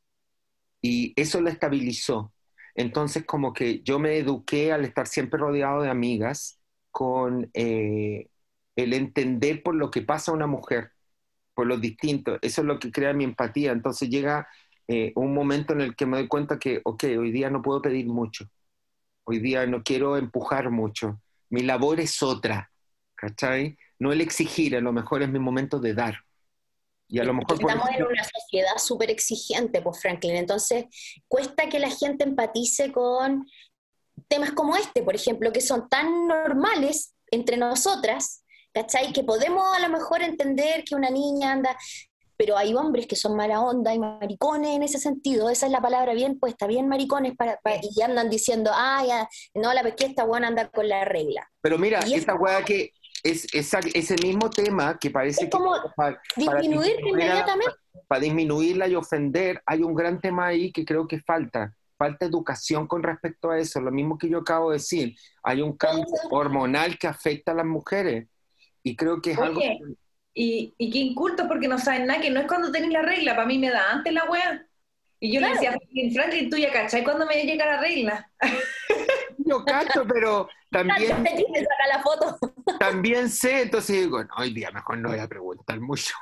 y eso la estabilizó. Entonces, como que yo me eduqué al estar siempre rodeado de amigas con eh, el entender por lo que pasa a una mujer, por lo distinto. Eso es lo que crea mi empatía. Entonces llega eh, un momento en el que me doy cuenta que, ok, hoy día no puedo pedir mucho. Hoy día no quiero empujar mucho. Mi labor es otra, ¿cachai? No el exigir, a lo mejor es mi momento de dar. Y a lo Es mejor que por estamos eso- en una sociedad súper exigente, pues Franklin, entonces cuesta que la gente empatice con temas como este, por ejemplo, que son tan normales entre nosotras, ¿cachai? Que podemos a lo mejor entender que una niña anda, pero hay hombres que son mala onda y maricones en ese sentido, esa es la palabra bien puesta, bien maricones, para, para- y andan diciendo, ah, ya, no, la pesqué, esta buena anda con la regla. Pero mira, Y es, esa weá que es esa- ese mismo tema que parece es que como para, para disminuirte disminuir a- inmediatamente. para disminuirla y ofender, hay un gran tema ahí que creo que falta. Falta educación con respecto a eso. Lo mismo que yo acabo de decir. Hay un cambio hormonal que afecta a las mujeres. Y creo que es algo... Oye, y, y qué incultos porque no saben nada, que no es cuando tenés la regla, para mí me da antes la wea. Y yo Claro. le decía, Franklin, Franklin, tú ya cachai cuando me llega la regla. Yo cacho, pero también, Te saca la foto. también sé, entonces digo, no, hoy día mejor no voy a preguntar mucho.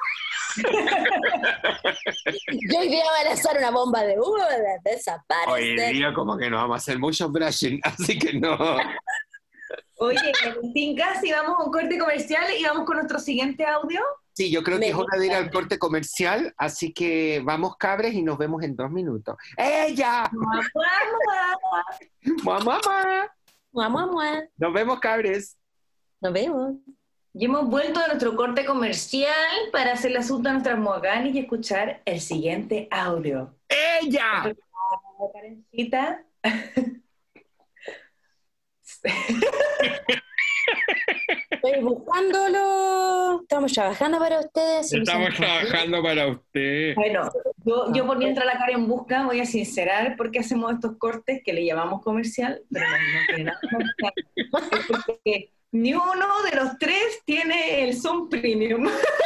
Yo hoy día voy a lanzar una bomba de humo, de desaparecer. Hoy día como que no vamos a hacer mucho brushing, así que no. Oye, Agustín, casi vamos a un corte comercial y vamos con nuestro siguiente audio. Sí, yo creo Me que es hora de ir al gusta. corte comercial, así que vamos, cabres, y nos vemos en dos minutos. ¡Ella! Vamos, vamos. ¡Mamá, mamá! Mua, mua, mua. Nos vemos, cabres. Nos vemos. Y hemos vuelto a nuestro corte comercial para hacer el asunto a nuestras moganis y escuchar el siguiente audio. ¡Ella! Karencita. Estoy buscándolo. Estamos trabajando para ustedes. Estamos trabajando para usted. Bueno, yo, yo por mientras la Karen busca, voy a sincerar por qué hacemos estos cortes que le llamamos comercial, pero no, no tiene nada comercial. Es porque ni uno de los tres tiene el Zoom Premium.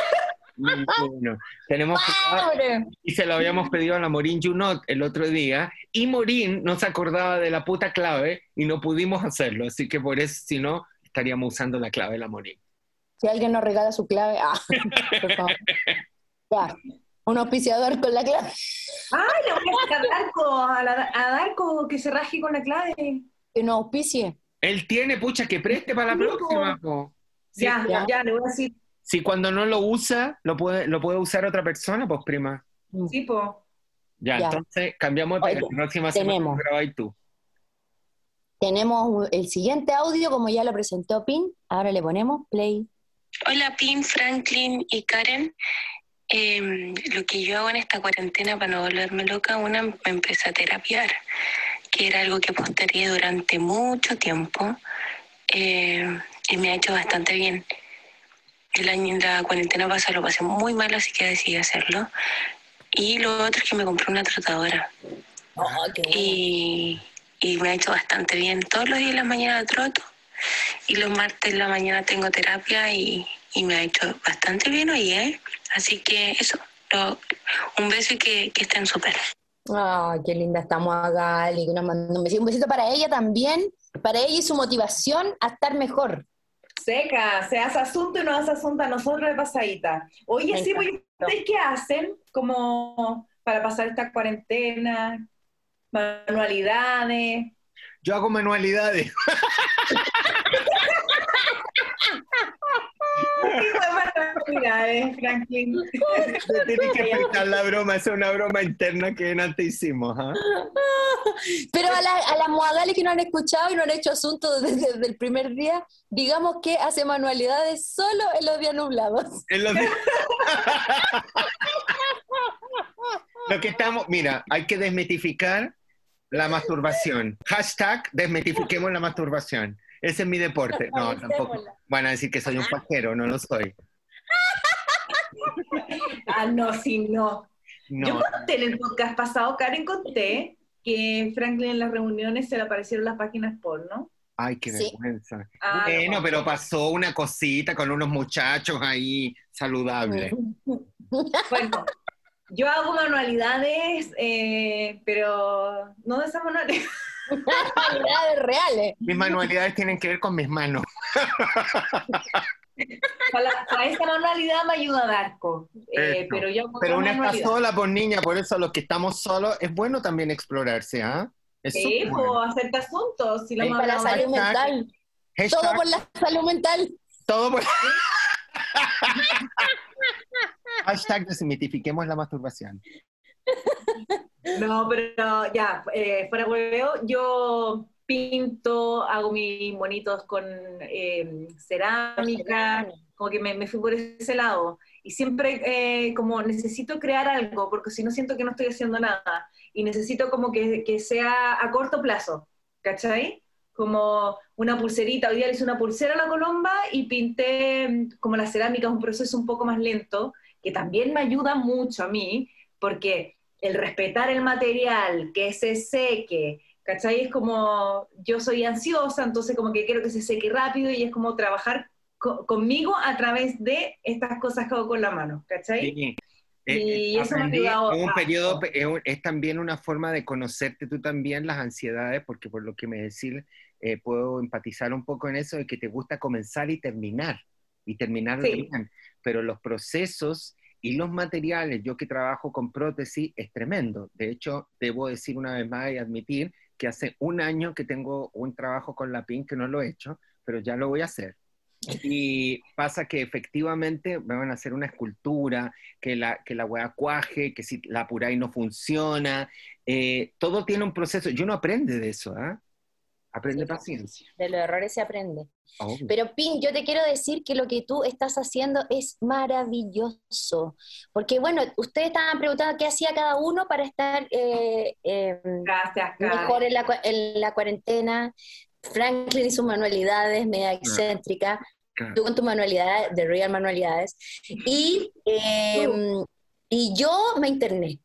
Bueno, tenemos que... Y se lo habíamos pedido a la Maureen Junot el otro día, y Maureen no se acordaba de la puta clave y no pudimos hacerlo, así que por eso, si no, estaríamos usando la clave de la Maureen. Si alguien nos regala su clave, ah, por favor. Ya, un auspiciador con la clave. ¡Ay, le voy a sacar a Darko, a, la- a Darko que se raje con la clave! Que nos auspicie. Él tiene, pucha, que preste para la Sí, próxima, po. Sí, Ya, ya. ya, le voy a decir, si cuando no lo usa, lo puede, lo puede usar otra persona, pues prima. sí, po. Ya, Ya. entonces cambiamos de Oye, tema. La próxima semana tenemos. grabáis tú. Tenemos el siguiente audio, como ya lo presentó Pin. Ahora le ponemos play. Hola Pin, Franklin y Karen. Eh, lo que yo hago en esta cuarentena para no volverme loca, una, me empecé a terapiar, que era algo que postergué durante mucho tiempo, eh, y me ha hecho bastante bien. El año, la cuarentena pasada lo pasé muy mal, así que decidí hacerlo. Y lo otro es que me compré una trotadora. Oh, qué bueno. Y, y me ha hecho bastante bien. Todos los días en la mañana troto y los martes en la mañana tengo terapia y, y me ha hecho bastante bien hoy, ¿eh? Así que eso, lo, un beso y que, que estén súper. Ay, qué linda estamos acá, Gali, que nos mandó un besito. Un besito para ella también, para ella y su motivación a estar mejor. Seca, se hace asunto y nos hace asunto a nosotros de pasadita. Oye, Me sí, pues, encantó. ¿ustedes qué hacen como para pasar esta cuarentena? Manualidades. Yo hago manualidades. manualidades, Franklin. No tienes que explicar la broma, esa es una broma interna que antes hicimos. ¿Ah? Pero a, la, a las moagales que no han escuchado y no han hecho asunto desde, desde el primer día, digamos que hace manualidades solo en los días nublados. En los días... Lo que estamos, mira, hay que desmitificar la masturbación. Hashtag desmitifiquemos la masturbación. Ese es mi deporte. No, tampoco. Van a decir que soy un pajero, no lo soy. Ah, no, sí, no. No. Yo conté en el podcast pasado, Karen, conté que Franklin en las reuniones se le aparecieron las páginas porno. Ay, qué Sí. vergüenza. Ah, bueno, no. pero pasó una cosita con unos muchachos ahí saludables. Bueno, yo hago manualidades, eh, pero no de esas manualidades. Manualidades reales. Mis manualidades tienen que ver con mis manos. Para, para esa manualidad me ayuda Darko, eh, Eso. pero yo hago Pero otra una está manualidad. sola, por niña, por eso los que estamos solos, es bueno también explorarse, ¿ah? Es Sí, súper bueno. puedo hacerte asuntos. Si lo Sí, hemos Para la hablado salud antes. mental. Hashtag, Todo por la salud mental. todo por- Hashtag desmitifiquemos la masturbación. No, pero ya, eh, fuera hueveo, yo pinto, hago mis monitos con eh, cerámica, como que me, me fui por ese lado. Y siempre eh, como necesito crear algo, porque si no siento que no estoy haciendo nada. Y necesito como que, que sea a corto plazo, ¿cachai? Como una pulserita, hoy día le hice una pulsera a la colomba y pinté como la cerámica, es un proceso un poco más lento, que también me ayuda mucho a mí, porque el respetar el material, que se seque, ¿cachai? Es como, yo soy ansiosa, entonces como que quiero que se seque rápido y es como trabajar co- conmigo a través de estas cosas que hago con la mano, ¿cachai? Sí. Y Eh, eso me ha aprendí, ayudado un harto. periodo, es, un- es también una forma de conocerte tú también las ansiedades, porque por lo que me decís, eh, puedo empatizar un poco en eso de que te gusta comenzar y terminar, y terminar Sí. bien, pero los procesos y los materiales, yo que trabajo con prótesis, es tremendo. De hecho, debo decir una vez más y admitir que hace un año que tengo un trabajo con la P I N que no lo he hecho, pero ya lo voy a hacer. Y pasa que efectivamente me van a hacer una escultura, que la, que la hueá cuaje, que si la apuráis no funciona. Eh, todo tiene un proceso. Yo no aprende de eso, ¿ah? Aprende Sí. paciencia. De los errores se aprende. Obvio. Pero Pin, yo te quiero decir que lo que tú estás haciendo es maravilloso. Porque bueno, ustedes estaban preguntando qué hacía cada uno para estar eh, eh, Gracias, Karen. mejor en la, cua- en la cuarentena. Franklin y sus manualidades, media excéntrica. Claro. Tú con tus manualidades, de Real Manualidades. Y, eh, y yo me interné.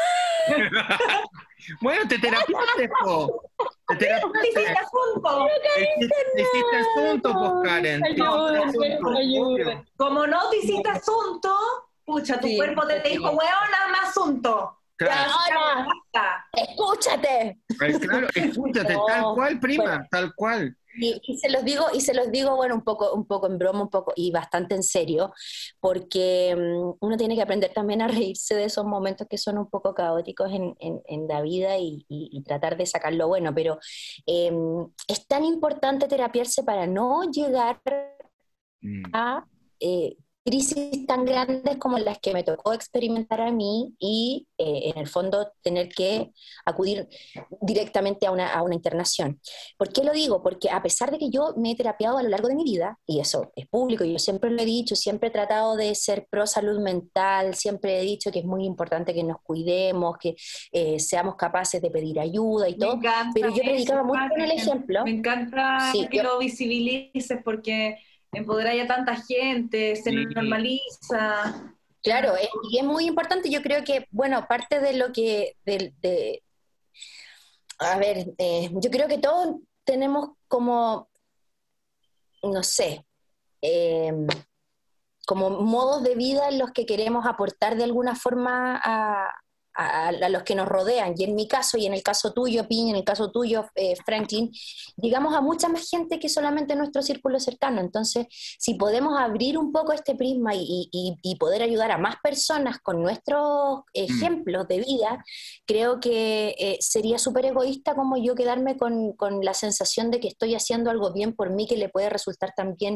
Bueno, te terapiaste, po. Te ¿Qué terapiaste. hiciste asunto? Te hiciste- te hiciste asunto, pues, Karen. Te hiciste Ayúdenme, asunto, ayúdenme. obvio. Como no te hiciste asunto, pucha, tu Sí, cuerpo te sí. dijo, weona, más asunto. Claro. Ya, Ahora. basta. ¡Escúchate! Eh, Claro, escúchate, No, tal cual, prima, bueno. tal cual. Y, y se los digo, y se los digo, bueno, un poco, un poco en broma, un poco, y bastante en serio, porque um, uno tiene que aprender también a reírse de esos momentos que son un poco caóticos en, en, en la vida y, y, y tratar de sacar lo bueno, pero eh, es tan importante terapiarse para no llegar Mm. a eh, crisis tan grandes como las que me tocó experimentar a mí y eh, en el fondo tener que acudir directamente a una, a una internación. ¿Por qué lo digo? Porque a pesar de que yo me he terapiado a lo largo de mi vida, y eso es público, yo siempre lo he dicho, siempre he tratado de ser pro salud mental, siempre he dicho que es muy importante que nos cuidemos, que eh, seamos capaces de pedir ayuda y Me todo, encanta pero yo predicaba eso, mucho con el Karen. ejemplo. Me encanta Sí, que yo- lo visibilices porque empodera a tanta gente, se Sí. normaliza. Claro, es- y es muy importante, yo creo que, bueno, parte de lo que, de, de- a ver, eh, yo creo que todos tenemos como, no sé, eh, como modos de vida en los que queremos aportar de alguna forma a, a- a los que nos rodean. Y en mi caso, y en el caso tuyo, Piña, en el caso tuyo, eh, Franklin, llegamos a mucha más gente que solamente nuestro círculo cercano. Entonces, si podemos abrir un poco este prisma y, y- y poder ayudar a más personas con nuestros ejemplos de vida, creo que eh, sería súper egoísta como yo quedarme con, con la sensación de que estoy haciendo algo bien por mí que le puede resultar también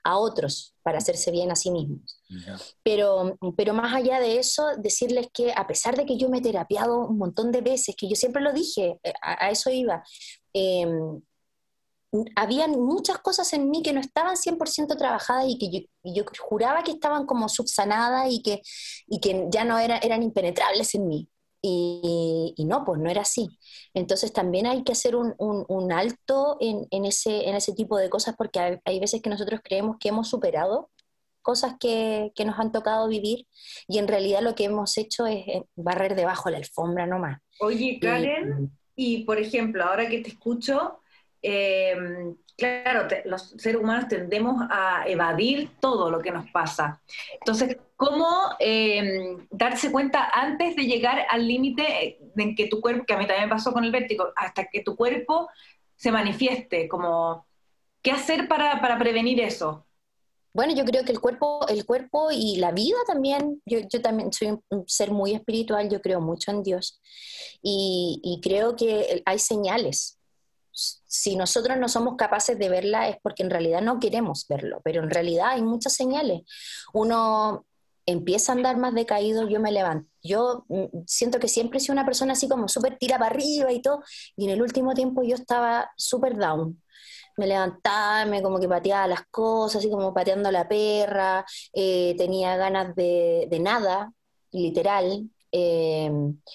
a otros para hacerse bien a sí mismos. Ya. Pero, pero más allá de eso, decirles que a pesar de que yo me he terapiado un montón de veces, que yo siempre lo dije, a, a eso iba, eh, habían muchas cosas en mí que no estaban cien por ciento trabajadas y que yo, y yo juraba que estaban como subsanadas y que, y que ya no era, eran impenetrables en mí. Y, y no, pues no era así. Entonces también hay que hacer un, un, un alto en, en, ese, en ese tipo de cosas, porque hay, hay veces que nosotros creemos que hemos superado cosas que, que nos han tocado vivir, y en realidad lo que hemos hecho es eh, barrer debajo la alfombra nomás. Oye, Karen, y, y por ejemplo, ahora que te escucho, eh, claro, te, los seres humanos tendemos a evadir todo lo que nos pasa. Entonces, ¿cómo eh, darse cuenta antes de llegar al límite en que tu cuerpo, que a mí también me pasó con el vértigo, hasta que tu cuerpo se manifieste? Como, ¿qué hacer para, para prevenir eso? Bueno, yo creo que el cuerpo, el cuerpo y la vida también, yo, yo también soy un, un ser muy espiritual, yo creo mucho en Dios, y, y creo que hay señales. Si nosotros no somos capaces de verla es porque en realidad no queremos verlo, pero en realidad hay muchas señales. Uno empieza a andar más decaído, yo me levanto. Yo mm, siento que siempre he sido una persona así como súper tira para arriba y todo, y en el último tiempo yo estaba súper down. Me levantaba, me como que pateaba las cosas, así como pateando a la perra, eh, tenía ganas de, de nada, literal. Eh,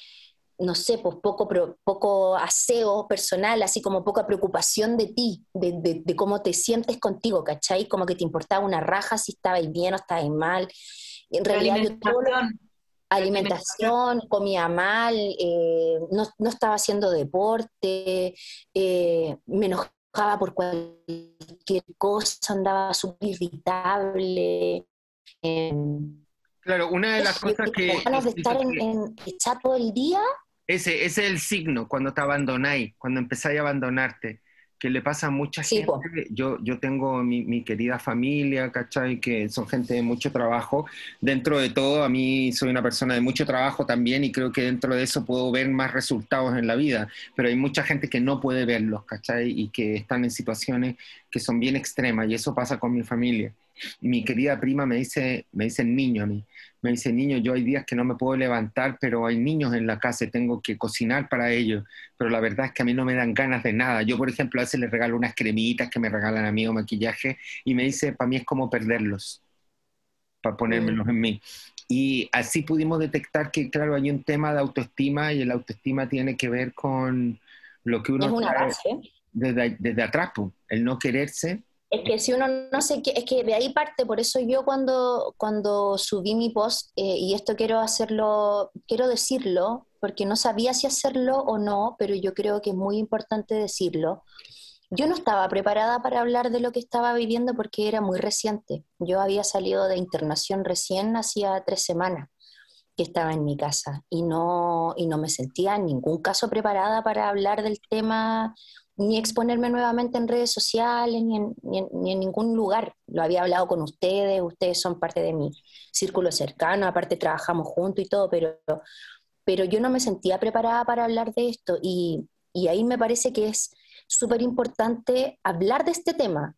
no sé, pues poco, pro- poco aseo personal, así como poca preocupación de ti, de, de- de cómo te sientes contigo, ¿cachai? Como que te importaba una raja si estabais bien o estabais mal. En La realidad yo todo lo- alimentación, la alimentación. alimentación, comía mal, eh, no, no estaba haciendo deporte, eh, me enojaba por cualquier cosa, andaba súper irritable. eh, Claro, una de las yo cosas tenía que yo ganas de siento estar en, que en echar todo el día. ese, ese es el signo cuando te abandonáis, cuando empezáis a abandonarte, que le pasa a mucha Sí, gente. po. Yo, yo tengo mi, mi querida familia, ¿cachai? Que son gente de mucho trabajo. Dentro de todo, a mí soy una persona de mucho trabajo también y creo que dentro de eso puedo ver más resultados en la vida, pero hay mucha gente que no puede verlos, ¿cachai? Y que están en situaciones que son bien extremas y eso pasa con mi familia. Mi querida prima me dice, me dice niño a mí. Me dice, niño, yo hay días que no me puedo levantar, pero hay niños en la casa y tengo que cocinar para ellos. Pero la verdad es que a mí no me dan ganas de nada. Yo, por ejemplo, a veces les regalo unas cremitas que me regalan a mí o maquillaje y me dice, para mí es como perderlos, para ponérmelos Mm. en mí. Y así pudimos detectar que, claro, hay un tema de autoestima y el autoestima tiene que ver con lo que Es uno una trae base. desde, desde atrás, pues, el no quererse. Es que si uno no sé qué, es que de ahí parte, por eso yo cuando, cuando subí mi post, eh, y esto quiero hacerlo, quiero decirlo, porque no sabía si hacerlo o no, pero yo creo que es muy importante decirlo. Yo no estaba preparada para hablar de lo que estaba viviendo porque era muy reciente. Yo había salido de internación recién hacía tres semanas que estaba en mi casa y no, y no me sentía en ningún caso preparada para hablar del tema ni exponerme nuevamente en redes sociales ni en, ni en, ni en ningún lugar. Lo había hablado con ustedes, ustedes son parte de mi círculo cercano, aparte trabajamos juntos y todo, pero, pero yo no me sentía preparada para hablar de esto y, y ahí me parece que es súper importante hablar de este tema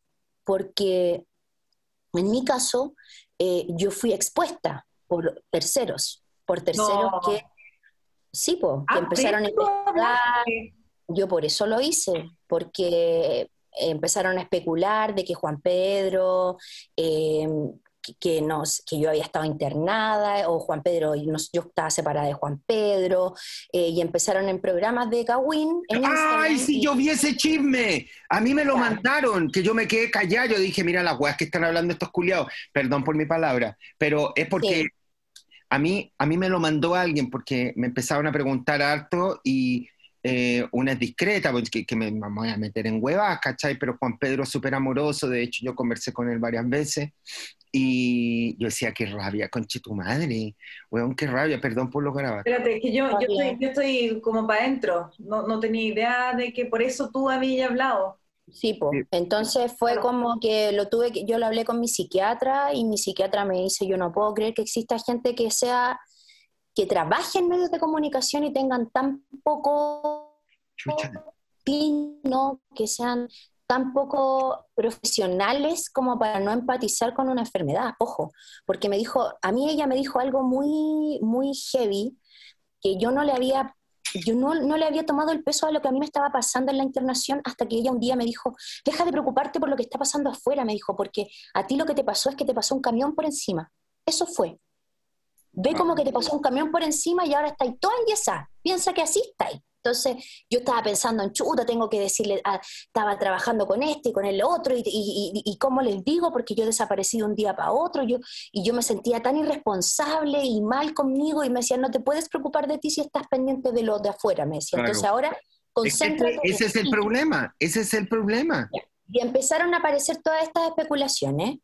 porque en mi caso eh, yo fui expuesta por terceros por terceros que, No. sí, po, que Ah, de empezaron a esto investigar. hablaste. Yo por eso lo hice, porque empezaron a especular de que Juan Pedro, eh, que, que, nos, que yo había estado internada, o Juan Pedro, y nos- yo estaba separada de Juan Pedro, eh, y empezaron en programas de Kawin en ¡Ay, Instagram. si Y yo vi ese chisme! A mí me lo ya, mandaron, que yo me quedé callado. Yo dije, mira las weas que están hablando estos culiados. Perdón por mi palabra, pero es porque sí, a mí, a mí me lo mandó alguien porque me empezaron a preguntar harto y eh, una es discreta, porque que me, me voy a meter en huevas, ¿cachai? Pero Juan Pedro es súper amoroso, de hecho yo conversé con él varias veces y yo decía, qué rabia, conche tu madre, weón, qué rabia, perdón por lo grabado. Espérate, es que yo, está yo estoy, bien. yo estoy como para adentro. No, no tenía idea de que por eso tú habías hablado. Sí, pues. Sí. Entonces fue Claro. como que lo tuve que, yo lo hablé con mi psiquiatra y mi psiquiatra me dice, yo no puedo creer que exista gente que sea, que trabaje en medios de comunicación y tengan tan poco Chucha. tino, que sean tan poco profesionales como para no empatizar con una enfermedad, ojo, porque me dijo, a mí ella me dijo algo muy, muy heavy, que yo no le había, yo no, no le había tomado el peso a lo que a mí me estaba pasando en la internación, hasta que ella un día me dijo, deja de preocuparte por lo que está pasando afuera, me dijo, porque a ti lo que te pasó es que te pasó un camión por encima. Eso fue. Ve como que te pasó un camión por encima y ahora está ahí toda enyesada. Piensa que así está ahí. Entonces yo estaba pensando en chuta, tengo que decirle, ah, estaba trabajando con este y con el otro, y, y, y, y cómo les digo, porque yo desaparecí de un día para otro, yo, y yo me sentía tan irresponsable y mal conmigo, y me decían, no te puedes preocupar de ti si estás pendiente de los de afuera, me decía. Claro. Entonces ahora concéntrate. Es que ese, ese es el problema, ese es el problema. Y empezaron a aparecer todas estas especulaciones.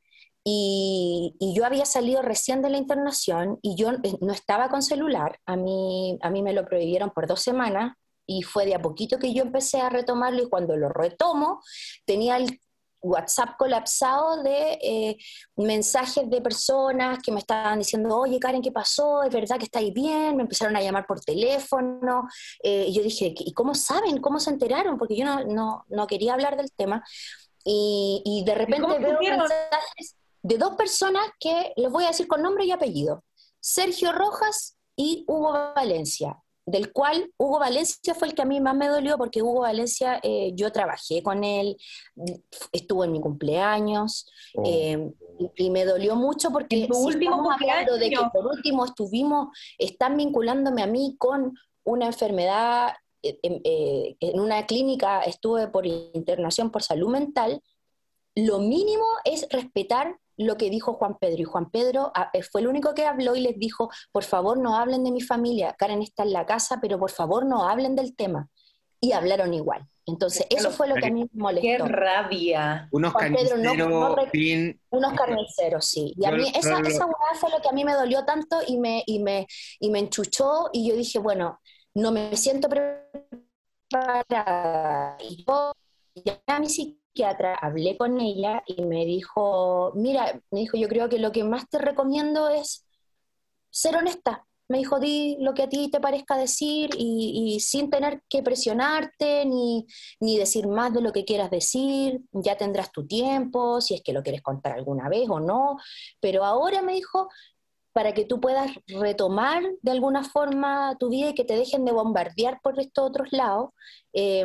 Y, y yo había salido recién de la internación y yo no estaba con celular, a mí, a mí me lo prohibieron por dos semanas y fue de a poquito que yo empecé a retomarlo, y cuando lo retomo tenía el WhatsApp colapsado de eh, mensajes de personas que me estaban diciendo, oye Karen, ¿qué pasó? ¿Es verdad que estáis bien? Me empezaron a llamar por teléfono, eh, y yo dije, ¿y cómo saben? ¿Cómo se enteraron? Porque yo no, no, no quería hablar del tema, y, y de repente veo mensajes de dos personas que les voy a decir con nombre y apellido, Sergio Rojas y Hugo Valencia, del cual Hugo Valencia fue el que a mí más me dolió, porque Hugo Valencia, eh, yo trabajé con él, estuvo en mi cumpleaños, oh. eh, y, y me dolió mucho porque si estamos hablando de que por último estuvimos, están vinculándome a mí con una enfermedad, eh, eh, en una clínica estuve por internación por salud mental, lo mínimo es respetar lo que dijo Juan Pedro, y Juan Pedro fue el único que habló y les dijo, por favor no hablen de mi familia, Karen está en la casa, pero por favor no hablen del tema, y hablaron igual. Entonces eso fue lo que a mí me molestó. ¡Qué rabia! Unos Juan Pedro, carniceros, no, no, fin... unos carniceros, sí. Y a mí esa, esa hueá fue lo que a mí me dolió tanto y me, y, me, y me enchuchó, y yo dije, bueno, no me siento preparada. Y yo ya a mi psiquiatra hablé con ella y me dijo, mira, me dijo, yo creo que lo que más te recomiendo es ser honesta. Me dijo, di lo que a ti te parezca decir, y, y sin tener que presionarte ni, ni decir más de lo que quieras decir, ya tendrás tu tiempo, si es que lo quieres contar alguna vez o no, pero ahora, me dijo, para que tú puedas retomar de alguna forma tu vida y que te dejen de bombardear por estos otros lados, eh,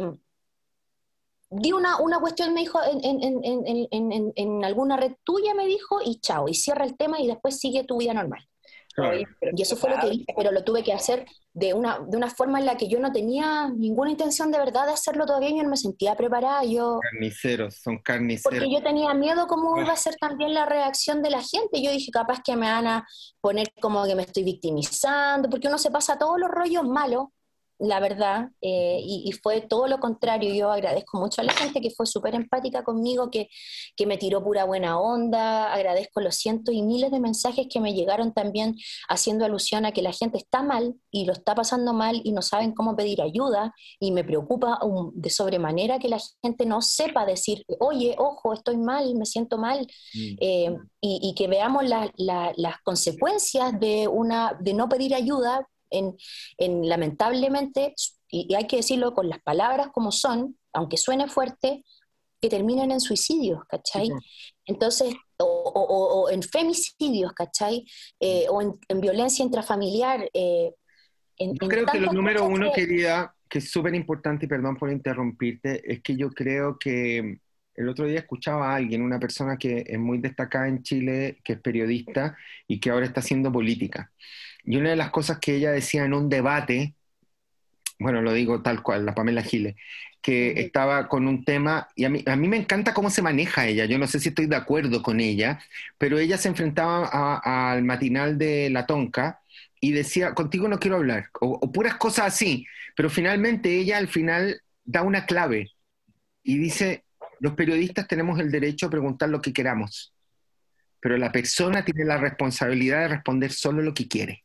di una, una cuestión, me dijo, en, en, en, en, en, en alguna red tuya, me dijo, y chao, y cierra el tema y después sigue tu vida normal. Claro. Y eso fue lo que hice, pero lo tuve que hacer de una, de una forma en la que yo no tenía ninguna intención de verdad de hacerlo todavía, yo no me sentía preparada. Yo, carniceros, son carniceros. Porque yo tenía miedo cómo iba a ser también la reacción de la gente. Yo dije, capaz que me van a poner como que me estoy victimizando, porque uno se pasa todos los rollos malos, la verdad, eh, y, y fue todo lo contrario. Yo agradezco mucho a la gente que fue súper empática conmigo, que, que me tiró pura buena onda, agradezco los cientos y miles de mensajes que me llegaron también haciendo alusión a que la gente está mal y lo está pasando mal y no saben cómo pedir ayuda, y me preocupa um, de sobremanera que la gente no sepa decir, oye, ojo, estoy mal, me siento mal, mm. eh, y, y que veamos la, la, las consecuencias de, una, de no pedir ayuda. En, en, lamentablemente, y, y hay que decirlo con las palabras como son, aunque suene fuerte, que terminan en suicidios, ¿cachai? Sí. Entonces, o, o, o en femicidios, ¿cachai? Eh, o en, en violencia intrafamiliar. Eh, en, yo en creo que lo número uno, que... querida, que es súper importante, y perdón por interrumpirte, es que yo creo que el otro día escuchaba a alguien, una persona que es muy destacada en Chile, que es periodista y que ahora está haciendo política. Y una de las cosas que ella decía en un debate, bueno, lo digo tal cual, la Pamela Giles, que uh-huh. estaba con un tema, y a mí, a mí me encanta cómo se maneja ella, yo no sé si estoy de acuerdo con ella, pero ella se enfrentaba a, al matinal de La Tonka y decía, contigo no quiero hablar, o, o puras cosas así, pero finalmente ella al final da una clave y dice, los periodistas tenemos el derecho a preguntar lo que queramos, pero la persona tiene la responsabilidad de responder solo lo que quiere.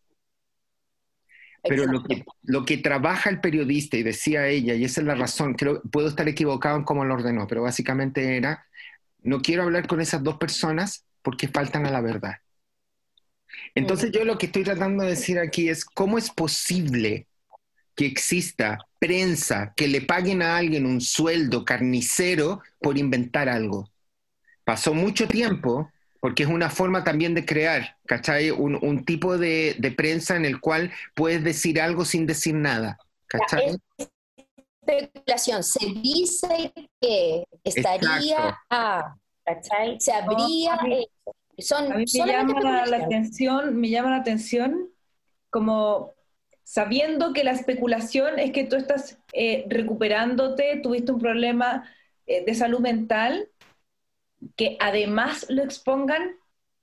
Pero lo que, lo que trabaja el periodista, y decía ella, y esa es la razón, creo, puedo estar equivocado en cómo lo ordenó, pero básicamente era, no quiero hablar con esas dos personas porque faltan a la verdad. Entonces yo lo que estoy tratando de decir aquí es, ¿cómo es posible que exista prensa, que le paguen a alguien un sueldo carnicero por inventar algo. Pasó mucho tiempo, porque es una forma también de crear, ¿cachai? Un, un tipo de, de prensa en el cual puedes decir algo sin decir nada, ¿cachai? Es especulación. Se dice que estaría a, ¿cachai? Se habría... No, a mí, eh, son a mí me llama la, la atención, me llama la atención como sabiendo que la especulación es que tú estás eh, recuperándote, tuviste un problema eh, de salud mental, que además lo expongan,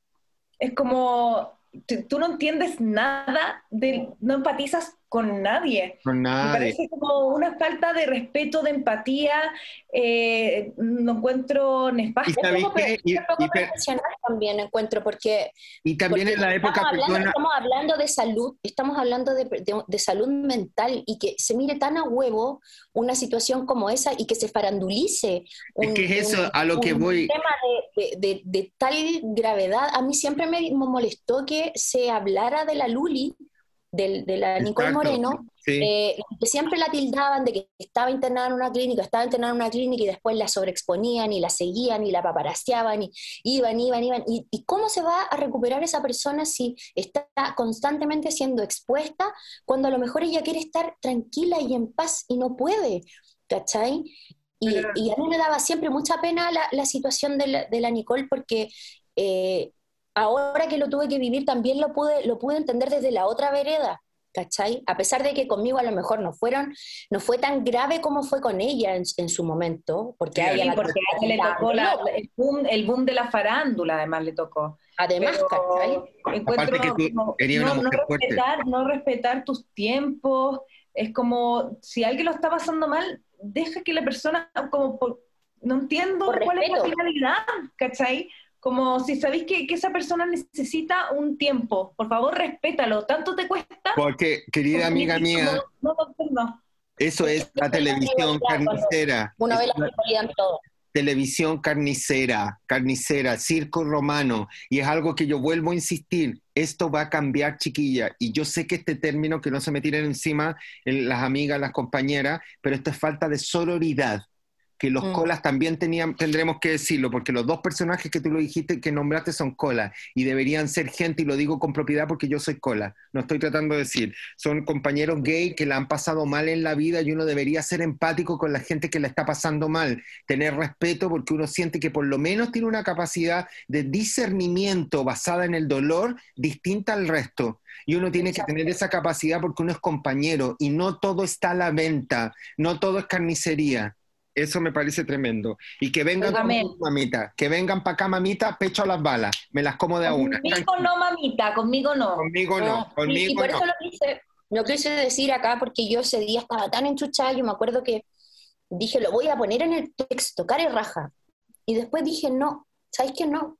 es como, t- tú no entiendes nada, de, no empatizas con nadie. Con Me nadie. parece como una falta de respeto, de empatía, eh, lo encuentro Y nefasto. sabéis poco, qué, y, es poco y per- profesional también encuentro, porque, y también porque en la época, estamos hablando, perdona, estamos hablando de salud, estamos hablando de, de- de salud mental, y que se mire tan a huevo una situación como esa y que se farandulice es un, que es eso un- a lo que un voy. tema de, de- de- de tal gravedad. A mí siempre me molestó que se hablara de la Luli, del- de la Nicole Exacto, Moreno, sí. eh, que siempre la tildaban de que estaba internada en una clínica, estaba internada en una clínica, y después la sobreexponían y la seguían y la paparaseaban y iban, iban, iban. ¿Y, y cómo se va a recuperar esa persona si está constantemente siendo expuesta, cuando a lo mejor ella quiere estar tranquila y en paz y no puede? ¿Cachai? Y, Pero, y a mí me daba siempre mucha pena la, la situación de la, de la Nicole, porque eh, ahora que lo tuve que vivir también lo pude, lo pude entender desde la otra vereda, ¿cachai? A pesar de que conmigo a lo mejor no fueron, no fue tan grave como fue con ella en, en su momento, porque Sí, a ella sí, la porque a ella le trataban tocó de la- loca, el, boom, el boom de la farándula, además le tocó. además, ¿cachai? Pero Aparte que encuentro tú como eres una no, no mujer fuerte. respetar, no respetar tus tiempos, es como si alguien lo está pasando mal, deja que la persona, como por- no entiendo Por cuál es la respeto. finalidad, ¿cachai? Como si sabéis que, que esa persona necesita un tiempo, por favor respétalo, tanto te cuesta, Porque, querida amiga como, mía, no, no, no, no. eso Es que es la siempre hay una televisión rivalidad cuando carnicera. uno Es ve la la rivalidad en todo. televisión carnicera, carnicera, circo romano. Y es algo que yo vuelvo a insistir. Esto va a cambiar, chiquilla. Y yo sé que este término, que no se me tiren encima en las amigas, las compañeras, pero esto es falta de sororidad. Que los Mm. colas también tenían, tendremos que decirlo, porque los dos personajes que tú lo dijiste, que nombraste, son colas, y deberían ser gente, y lo digo con propiedad porque yo soy cola, no estoy tratando de decir, son compañeros gay que la han pasado mal en la vida, y uno debería ser empático con la gente que la está pasando mal, tener respeto, porque uno siente que por lo menos tiene una capacidad de discernimiento basada en el dolor distinta al resto, y uno tiene Exacto. que tener esa capacidad porque uno es compañero, y no todo está a la venta, no todo es carnicería. Eso me parece tremendo. Y que vengan Amén. conmigo, mamita. Que vengan para acá, mamita, pecho a las balas. Me las como de a una. Conmigo no, mamita, conmigo no. Conmigo no, No, y, y conmigo por no. eso lo quise, lo quise decir acá, porque yo ese día estaba tan enchuchada. Yo me acuerdo que dije, lo voy a poner en el texto, cara y raja. Y después dije, no, ¿sabes qué? No.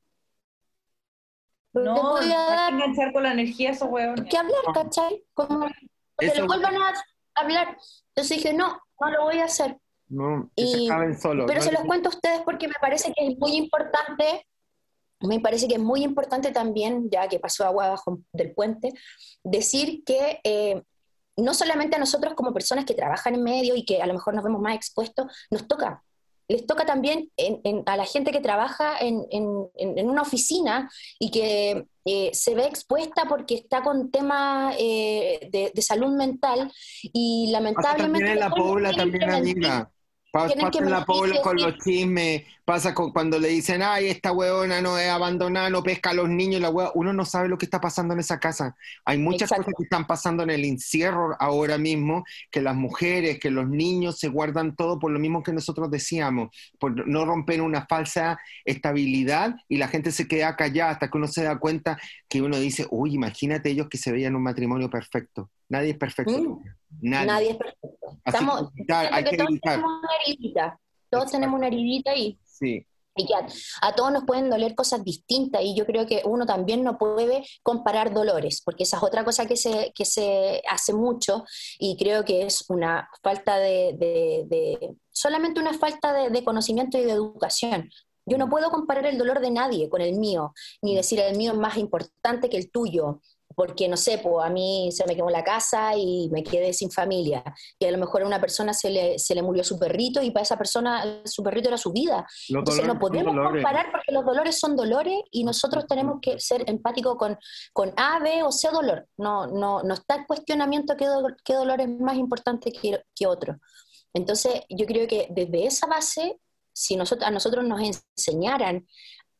Le No, voy a hay que dar enganchar con la energía a esos huevones. que hablar, ¿cachai? Como que Eso lo vuelvan a hablar. Entonces dije, no, no lo voy a hacer. no, que se Y, acaben solos. pero No se le- los cuento a ustedes porque me parece que es muy importante, me parece que es muy importante también, ya que pasó agua abajo del puente, decir que eh, no solamente a nosotros como personas que trabajan en medio y que a lo mejor nos vemos más expuestos, nos toca. Les toca también en, en, a la gente que trabaja en, en, en una oficina y que eh, se ve expuesta porque está con temas eh, de, de salud mental, y Pasa lamentablemente también en la después pobla, tienen también, que mentir, amiga. Pasa, tienen pasa que en la mentir y pobla con decir, los chismes. Pasa con, cuando le dicen, ay, esta huevona no es abandonada, no pesca a los niños. La hueá. Uno no sabe lo que está pasando en esa casa. Hay muchas exacto, cosas que están pasando en el encierro ahora mismo, que las mujeres, que los niños se guardan todo por lo mismo que nosotros decíamos, por no romper una falsa estabilidad, y la gente se queda callada hasta que uno se da cuenta que uno dice, uy, imagínate ellos que se veían un matrimonio perfecto. Nadie es perfecto. Mm, Nadie. nadie es perfecto. Así Estamos, que gritar, siento hay que que todos gritar. tenemos una heridita, todos Exacto. tenemos una heridita, y, Sí. y que a, a todos nos pueden doler cosas distintas, y yo creo que uno también no puede comparar dolores, porque esa es otra cosa que se, que se hace mucho, y creo que es una falta de, de, de solamente una falta de, de conocimiento y de educación. Yo no puedo comparar el dolor de nadie con el mío, ni decir el mío es más importante que el tuyo, porque, no sé, pues a mí se me quemó la casa y me quedé sin familia, y a lo mejor a una persona se le, se le murió su perrito y para esa persona su perrito era su vida. Los Entonces no dolores son podemos dolores. comparar porque los dolores son dolores y nosotros tenemos que ser empáticos con, con A, B o C dolor. No, no, no está en cuestionamiento qué, do, qué dolor es más importante que, que otro. Entonces yo creo que desde esa base, si nosotros, a nosotros nos enseñaran,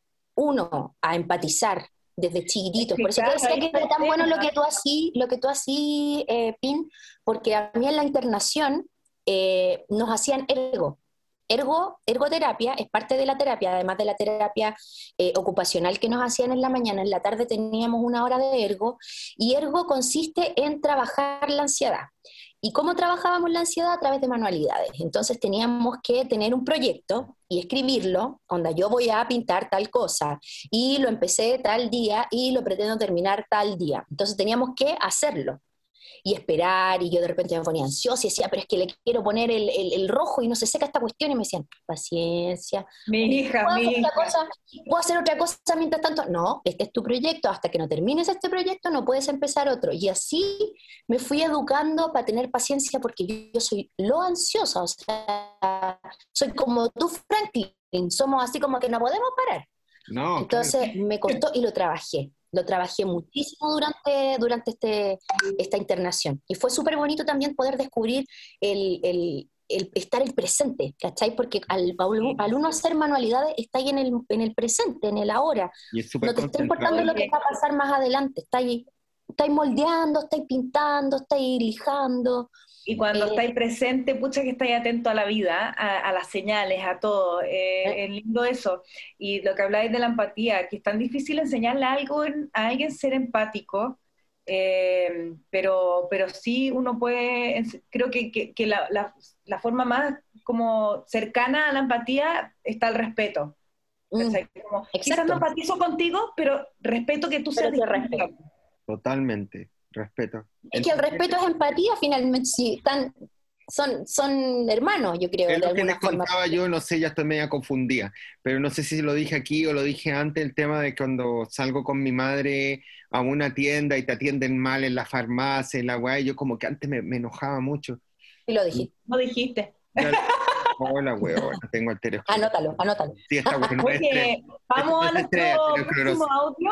uno, a empatizar desde chiquititos. Por eso te decía que era tan bueno lo que tú hacías, lo que tú hacías, eh, Pin, porque a mí en la internación eh, nos hacían ergo. Ergo, ergoterapia es parte de la terapia, además de la terapia eh, ocupacional que nos hacían en la mañana. En la tarde teníamos una hora de ergo, y ergo consiste en trabajar la ansiedad. ¿Y cómo trabajábamos la ansiedad? A través de manualidades. Entonces teníamos que tener un proyecto y escribirlo, onda, yo voy a pintar tal cosa, y lo empecé tal día y lo pretendo terminar tal día. Entonces teníamos que hacerlo y esperar, y yo de repente me ponía ansiosa y decía, pero es que le quiero poner el, el, el rojo y no se seca esta cuestión, y me decían, paciencia. Mi hija, ¿Puedo mi hacer hija. otra cosa? ¿Puedo hacer otra cosa mientras tanto? No, este es tu proyecto, hasta que no termines este proyecto no puedes empezar otro. Y así me fui educando para tener paciencia, porque yo, yo soy lo ansiosa, o sea, soy como tú, Franklin, somos así como que no podemos parar. No, Entonces claro. me costó y lo trabajé. Lo trabajé muchísimo durante, durante este, esta internación. Y fue súper bonito también poder descubrir el, el, el estar el presente, ¿cachai? Porque al, al uno hacer manualidades está ahí en el, en el presente, en el ahora. Y es súper No te está concentrado. importando lo que va a pasar más adelante. Está ahí, estáis moldeando, estáis pintando, estáis lijando. Y cuando Eh, estáis presente, pucha que estáis atento a la vida, a, a las señales, a todo. Eh, eh, es lindo eso. Y lo que habláis de la empatía, que es tan difícil enseñarle algo en- a alguien ser empático, eh, pero, pero sí uno puede, ens- creo que, que, que la, la, la forma más como cercana a la empatía está el respeto. mm, ¿Cachai? Como, quizás no exacto, empatizo contigo, pero respeto que tú pero seas te distinto. respeto. Totalmente, respeto. Es que el respeto es empatía, finalmente, sí, están, son, son hermanos, yo creo, Es de lo que les alguna forma. contaba yo, no sé, ya estoy media confundida, pero no sé si lo dije aquí o lo dije antes, el tema de cuando salgo con mi madre a una tienda y te atienden mal en la farmacia, en la weá, y yo como que antes me, me enojaba mucho. Y lo dijiste. No dijiste. Ya, hola, weón, tengo arteriosclerosis. Anótalo, anótalo. Sí, esta weá no es estrés. Oye, vamos a Esto no es estrés, nuestro arteriosclerosis. próximo audio.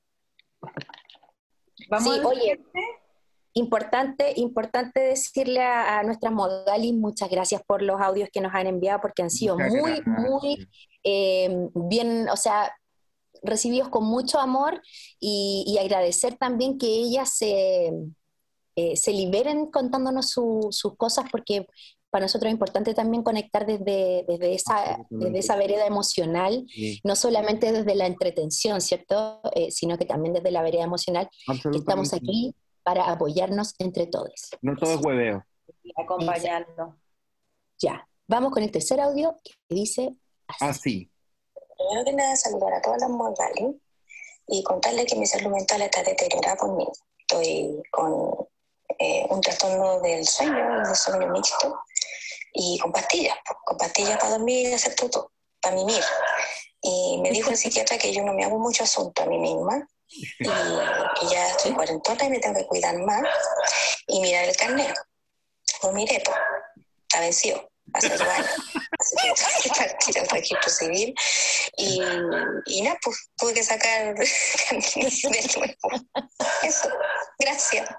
Vamos Sí, al oye, siguiente. importante, importante decirle a, a nuestras modalis muchas gracias por los audios que nos han enviado, porque han sido Muchas muy, muy gracias. eh, bien, o sea, recibidos con mucho amor, y, y agradecer también que ellas se, eh, se liberen contándonos su- sus cosas, porque para nosotros es importante también conectar desde, desde, esa, desde esa vereda emocional, Sí, no solamente desde la entretención, ¿cierto? Eh, sino que también desde la vereda emocional, que estamos absolutamente. aquí para apoyarnos entre todos. No todo es hueveo. Acompañarnos. Ya, vamos con el tercer audio que dice así. Así. Primero que nada, saludar a todas las modales y contarles que mi salud mental está deteriorada conmigo. Estoy con eh, un trastorno del sueño, el sueño mixto, y con pastillas, pues, con pastillas para dormir y hacer todo, para mimir. Y me dijo el psiquiatra que yo no me hago mucho asunto a mí misma, y que ya estoy cuarentona y me tengo que cuidar más y mirar el carnet. Pues miré, pues, está vencido, hace dos años. Así que tuve que partir al registro civil y, y nada, pues tuve que sacar carnet de nuevo. Eso, gracias.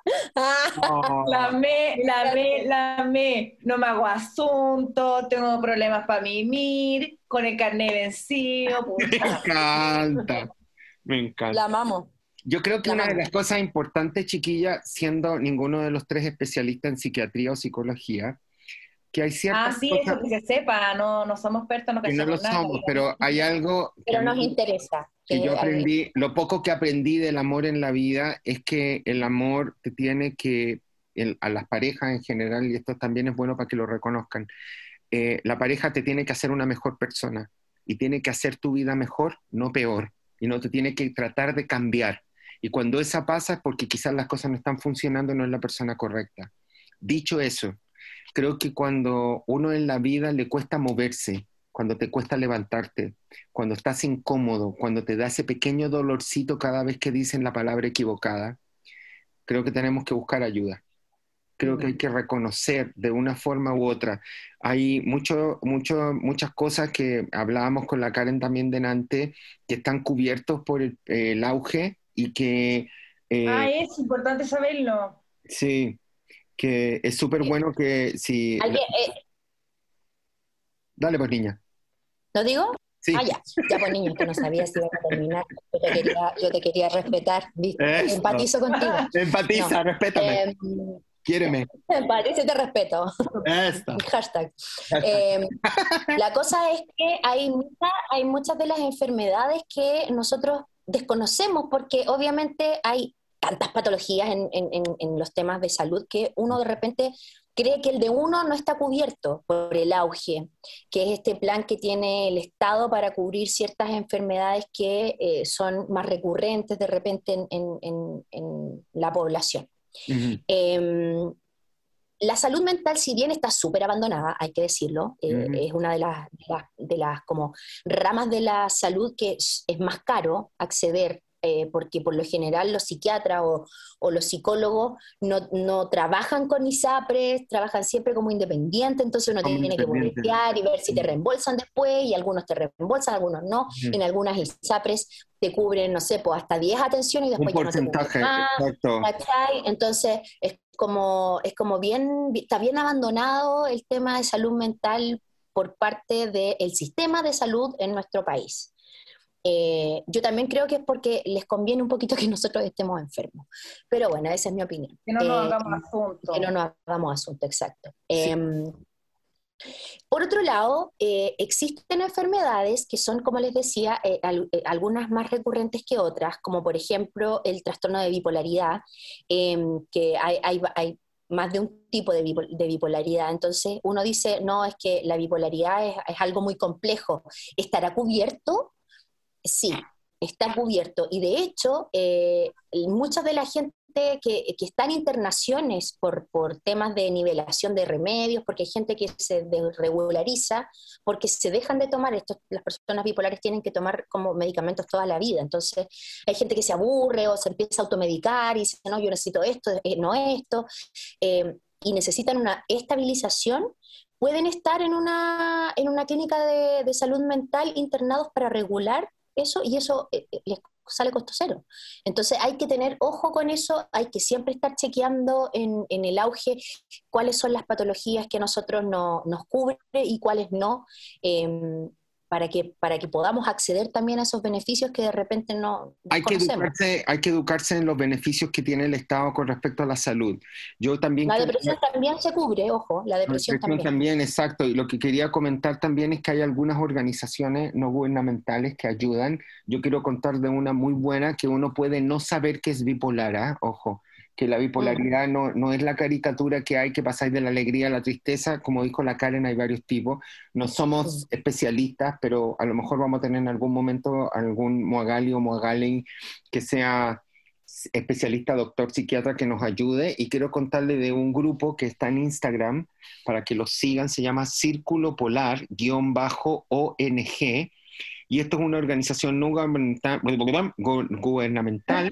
La amé, la amé, la amé. No me hago asunto, tengo problemas para mimir, con el carnet vencido. Me Pucha. encanta. Me encanta. La amamos. Yo creo que La una de amamos. las cosas importantes, chiquilla, siendo ninguno de los tres especialistas en psiquiatría o psicología, que hay Ah, ciertas sí, cosas eso que se sepa, no, no somos expertos, no que no lo cachamos nada. somos, pero hay algo que, Pero a nos mí- interesa. que yo que- aprendí, lo poco que aprendí del amor en la vida es que el amor te tiene que, el- a las parejas en general, y esto también es bueno para que lo reconozcan, eh, la pareja te tiene que hacer una mejor persona y tiene que hacer tu vida mejor, no peor, y no te tiene que tratar de cambiar. Y cuando esa pasa es porque quizás las cosas no están funcionando, no es la persona correcta. Dicho eso, creo que cuando uno en la vida le cuesta moverse, cuando te cuesta levantarte, cuando estás incómodo, cuando te da ese pequeño dolorcito cada vez que dicen la palabra equivocada, creo que tenemos que buscar ayuda. Creo que hay que reconocer de una forma u otra. Hay mucho, mucho, muchas cosas que hablábamos con la Karen también delante, que están cubiertos por el, el auge y que... Eh, ah, es importante saberlo. Sí, que es súper bueno que si... ¿Alguien, eh, Dale pues, niña. ¿Lo digo? Sí. Ah, ya, ya pues niño, que no sabía si iba a terminar. Yo te quería, yo te quería respetar, ¿viste? Eso. Empatizo contigo. Empatiza, No. respétame. Eh, Quiéreme. Empatizo y te respeto. Esto. Hashtag. Eh, la cosa es que hay, mucha, hay muchas de las enfermedades que nosotros desconocemos porque obviamente hay tantas patologías en, en, en, en los temas de salud que uno de repente cree que el de uno no está cubierto por el auge, que es este plan que tiene el Estado para cubrir ciertas enfermedades que eh, son más recurrentes de repente en, en, en, en la población. Uh-huh. Eh, la salud mental, si bien está súper abandonada, hay que decirlo, eh, uh-huh. es una de las, de las, de las como ramas de la salud que es, es más caro acceder, eh, porque por lo general los psiquiatras o, o los psicólogos no, no trabajan con ISAPRES, trabajan siempre como independientes, entonces uno tiene que boletear y ver si te reembolsan después, y algunos te reembolsan, algunos no. Uh-huh. En algunas ISAPRES te cubren, no sé, pues hasta diez atenciones y después un porcentaje, ya no te cubren más, exacto. Entonces es como, es como bien, está bien abandonado el tema de salud mental por parte del sistema de salud en nuestro país. Eh, yo también creo que es porque les conviene un poquito que nosotros estemos enfermos. Pero bueno, esa es mi opinión. Que no nos eh, hagamos asunto. Que no nos hagamos asunto, exacto. Sí. Eh, por otro lado, eh, existen enfermedades que son, como les decía, eh, al, eh, algunas más recurrentes que otras, como por ejemplo el trastorno de bipolaridad, eh, que hay, hay, hay más de un tipo de, bipol- de bipolaridad. Entonces uno dice, no, es que la bipolaridad es, es algo muy complejo. ¿Estará cubierto? Sí, está cubierto. Y de hecho, eh, mucha de la gente que, que está en internaciones por, por temas de nivelación de remedios, porque hay gente que se desregulariza, porque se dejan de tomar, estos, las personas bipolares tienen que tomar como medicamentos toda la vida. Entonces, hay gente que se aburre o se empieza a automedicar y dice, no, yo necesito esto, eh, no esto, eh, y necesitan una estabilización. Pueden estar en una, en una clínica de, de salud mental internados para regular eso, y eso eh, les sale costo cero. Entonces hay que tener ojo con eso, hay que siempre estar chequeando en, en el auge cuáles son las patologías que a nosotros no, nos cubre y cuáles no, eh, para que, para que podamos acceder también a esos beneficios que de repente no hay que conocemos. educarse, hay que educarse en los beneficios que tiene el Estado con respecto a la salud. Yo también la creo depresión que... también se cubre, ojo, la depresión, La depresión también. también, exacto. Y lo que quería comentar también es que hay algunas organizaciones no gubernamentales que ayudan. Yo quiero contar de una muy buena, que uno puede no saber que es bipolar, ¿eh? Ojo, que la bipolaridad mm. no, no es la caricatura que hay, que pasáis de la alegría a la tristeza. Como dijo la Karen, hay varios tipos. No somos mm. especialistas, pero a lo mejor vamos a tener en algún momento algún Moagali o Moagali que sea especialista, doctor, psiquiatra, que nos ayude. Y quiero contarle de un grupo que está en Instagram para que lo sigan, se llama Círculo Polar O N G, y esto es una organización no gubernamental, gubernamental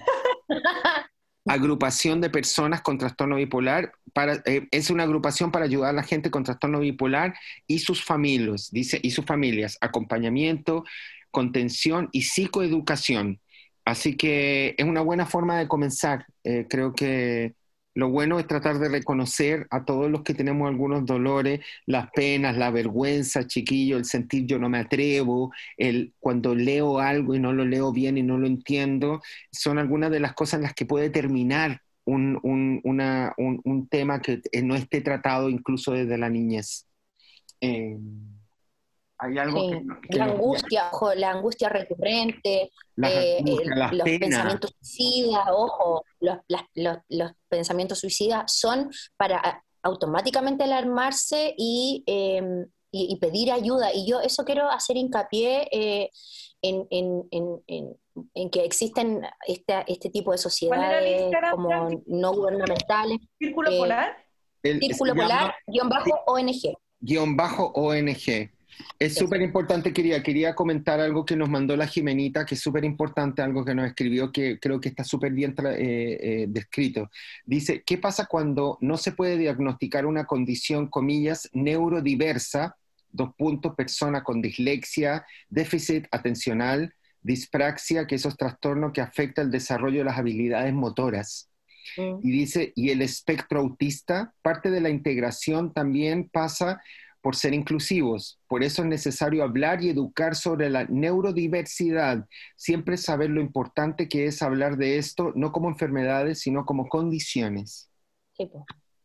agrupación de personas con trastorno bipolar. Para, eh, es una agrupación para ayudar a la gente con trastorno bipolar y sus familias, dice, y sus familias, acompañamiento, contención y psicoeducación. Así que es una buena forma de comenzar. Eh, creo que lo bueno es tratar de reconocer a todos los que tenemos algunos dolores, las penas, la vergüenza, chiquillo, el sentir yo no me atrevo, el cuando leo algo y no lo leo bien y no lo entiendo, son algunas de las cosas en las que puede terminar un, un, una, un, un tema que no esté tratado incluso desde la niñez. Eh, Hay algo sí. que, que la nos... angustia, ojo, la angustia recurrente, las eh, angustias, el, las los penas. pensamientos suicidas, ojo, los, las, los, los pensamientos suicidas son para automáticamente alarmarse y, eh, y, y pedir ayuda. Y yo eso quiero hacer hincapié eh, en, en, en, en, en que existen este, este tipo de sociedades como no gubernamentales. ¿Círculo eh, Polar? El, Círculo Polar, guión bajo O N G. Guión bajo O N G. Es súper importante, quería, quería comentar algo que nos mandó la Jimenita, que es súper importante, algo que nos escribió, que creo que está súper bien eh, eh, descrito. Dice, ¿qué pasa cuando no se puede diagnosticar una condición, comillas, neurodiversa, dos puntos, persona con dislexia, déficit atencional, dispraxia, que esos trastornos que afectan el desarrollo de las habilidades motoras? Mm. Y dice, y el espectro autista, parte de la integración también pasa por ser inclusivos. Por eso es necesario hablar y educar sobre la neurodiversidad. Siempre saber lo importante que es hablar de esto, no como enfermedades, sino como condiciones. Sí, pues.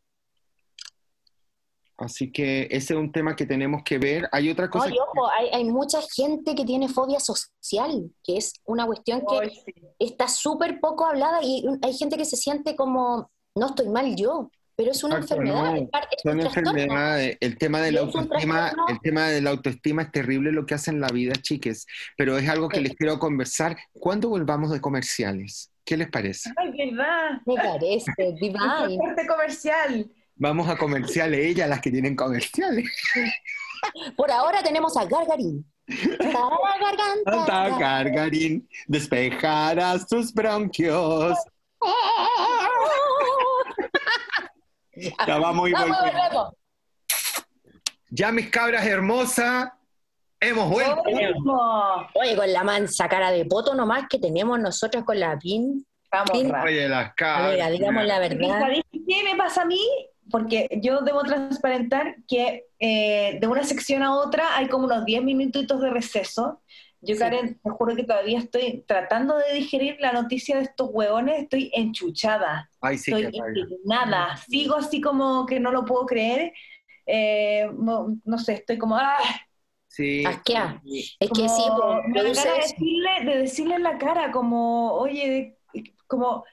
Así que ese es un tema que tenemos que ver. Hay otra cosa... No, y ojo, hay, hay mucha gente que tiene fobia social, que es una cuestión que Ay, sí. está súper poco hablada, y hay gente que se siente como, no estoy mal yo. Pero es una Exacto, enfermedad. no, es parte, es son un enfermedades. El tema de la autoestima, el tema de la autoestima es terrible lo que hace en la vida, chiques. Pero es algo que sí. les quiero conversar. ¿Cuándo volvamos de comerciales? ¿Qué les parece? Ay, verdad. Me parece, divine. Parte comercial. Vamos a comerciales, ellas las que tienen comerciales. Por ahora tenemos a Gargarín. Garganta, Gargarín, despejarás tus bronquios. Ya vamos y volvemos. Ya, mis cabras hermosas, hemos vuelto. Oye, con la mansa cara de poto nomás que tenemos nosotros con la pin. Vamos, Oye, las cabras. A ver, digamos la verdad. ¿Sabéis qué me pasa a mí? Porque yo debo transparentar que eh, de una sección a otra hay como unos diez minutitos de receso. Yo, sí. Karen, te juro que todavía estoy tratando de digerir la noticia de estos hueones, estoy enchuchada. Ay, sí, estoy indignada, sigo así como que no lo puedo creer, eh, no, no sé, estoy como... ¡ah! Sí. Asquea. Es como, que sí, me da ganas de decirle, de decirle en la cara, como, oye, como,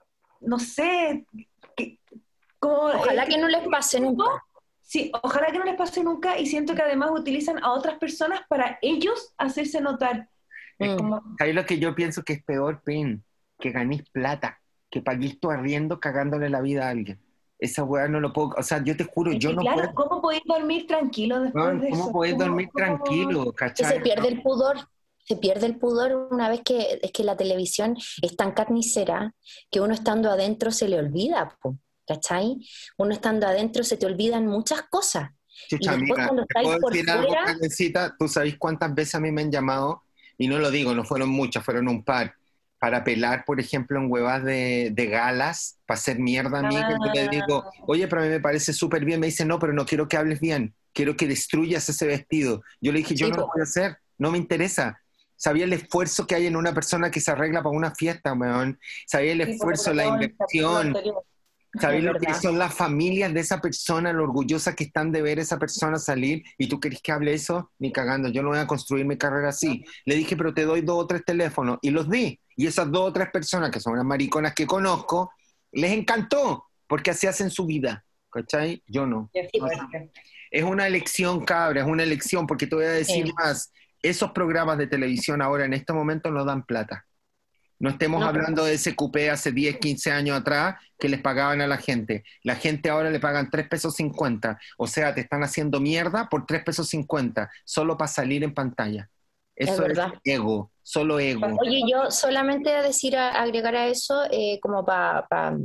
no sé... Que, como, ojalá eh, que no les pase nunca. Sí, ojalá que no les pase nunca, y siento que además utilizan a otras personas para ellos hacerse notar. Es mm. como... Ahí lo que yo pienso que es peor, Pin, que ganéis plata, que paguéis tu arriendo cagándole la vida a alguien. Esa weá no lo puedo... O sea, yo te juro, es yo que, no claro, puedo... ¿cómo podéis dormir tranquilo después no, de ¿cómo eso? podéis ¿Cómo dormir cómo... tranquilo, cachai? Que se pierde el pudor. Se pierde el pudor una vez que... Es que la televisión es tan carnicera que uno estando adentro se le olvida, po. ¿Cachai? Uno estando adentro se te olvidan muchas cosas. Chucha, y después mira, cuando estáis ¿puedo por decir fuera... algo, Carmencita? ¿Tú sabéis cuántas veces a mí me han llamado? Y no lo digo, no fueron muchas, fueron un par. Para pelar, por ejemplo, en huevas de, de galas, para hacer mierda a mí, ah. que yo le digo, oye, pero a mí me parece súper bien. Me dice, no, pero no quiero que hables bien. Quiero que destruyas ese vestido. Yo le dije, yo sí, no lo voy a hacer. No me interesa. Sabía el esfuerzo que hay en una persona que se arregla para una fiesta, weón. Sabía el sí, esfuerzo, la inversión. ¿Sabéis lo que son las familias de esa persona, lo orgullosas que están de ver a esa persona salir? ¿Y tú querés que hable eso? Ni cagando, yo no voy a construir mi carrera así. No. Le dije, pero te doy dos o tres teléfonos. Y los di. Y esas dos o tres personas, que son las mariconas que conozco, les encantó, porque así hacen su vida. ¿Cachai? Yo no. no es una elección, cabra, es una elección, porque te voy a decir sí. más. Esos programas de televisión ahora en este momento no dan plata. No estemos no, hablando de ese cupé hace diez, quince años atrás que les pagaban a la gente. La gente ahora le pagan tres pesos cincuenta. O sea, te están haciendo mierda por tres pesos cincuenta, solo para salir en pantalla. Eso es, es ego, solo ego. Oye, yo solamente a decir, a agregar a eso, eh, como para pa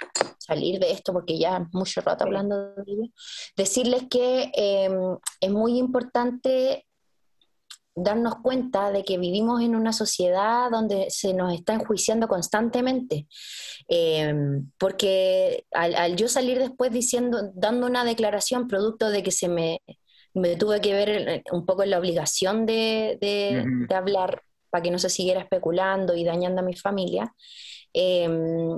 salir de esto, porque ya mucho rato hablando de ello, decirles que eh, es muy importante darnos cuenta de que vivimos en una sociedad donde se nos está enjuiciando constantemente, eh, porque al, al yo salir después diciendo, dando una declaración producto de que se me, me tuve que ver un poco en la obligación de, de, uh-huh. de hablar para que no se siguiera especulando y dañando a mi familia, eh,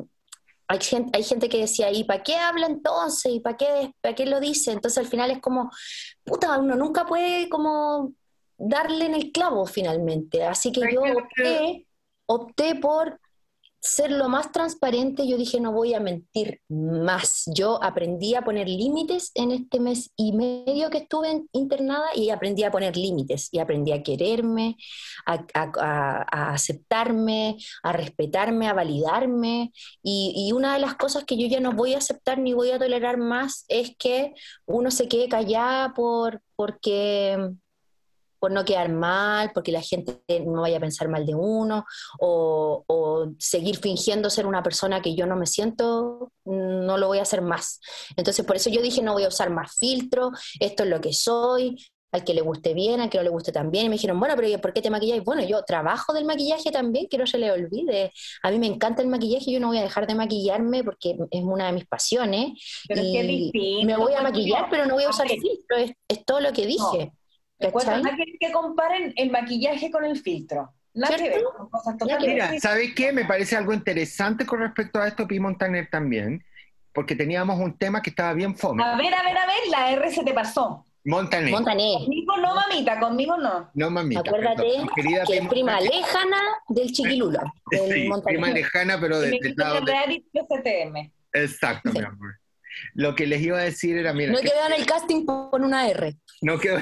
hay gente, hay gente que decía, ¿y para qué habla entonces? ¿Y para qué, para qué lo dice? Entonces al final es como, puta, uno nunca puede como darle en el clavo finalmente, así que yo opté, opté por ser lo más transparente. Yo dije, no voy a mentir más. Yo aprendí a poner límites en este mes y medio que estuve internada, y aprendí a poner límites, y aprendí a quererme, a, a, a, a aceptarme, a respetarme, a validarme, y, y una de las cosas que yo ya no voy a aceptar ni voy a tolerar más es que uno se quede callada por, porque... por no quedar mal, porque la gente no vaya a pensar mal de uno, o, o seguir fingiendo ser una persona que yo no me siento, no lo voy a hacer más. Entonces por eso yo dije, no voy a usar más filtros, esto es lo que soy, al que le guste bien, al que no le guste también. Y me dijeron, bueno, pero ¿por qué te maquilláis? Bueno, yo trabajo del maquillaje también, que no se le olvide. A mí me encanta el maquillaje, yo no voy a dejar de maquillarme porque es una de mis pasiones. Pero es y que es distinto, me voy a porque maquillar, no, pero no voy a usar a ver, filtro, es, es todo lo que dije. me cuesta ¿Cachai? nada que, que comparen el maquillaje con el filtro. Nada que ¿Cierto? ver, son cosas Nada que ver. totalmente Mira, ¿sabes qué? Me parece algo interesante con respecto a esto, Pi Montaner también, porque teníamos un tema que estaba bien fome. A ver, a ver, a ver, la R se te pasó. Montaner. Montaner, Conmigo no, mamita, conmigo no. No, mamita. acuérdate perdón. Querida que Pi es prima Montaner. lejana del chiquilulo, del Sí, Montaner. prima lejana, pero Y de, me del quito lado el de... reality de C T M. Exacto, mi amor. Lo que les iba a decir era, mira, No que quedó en el casting con una R. no quedó...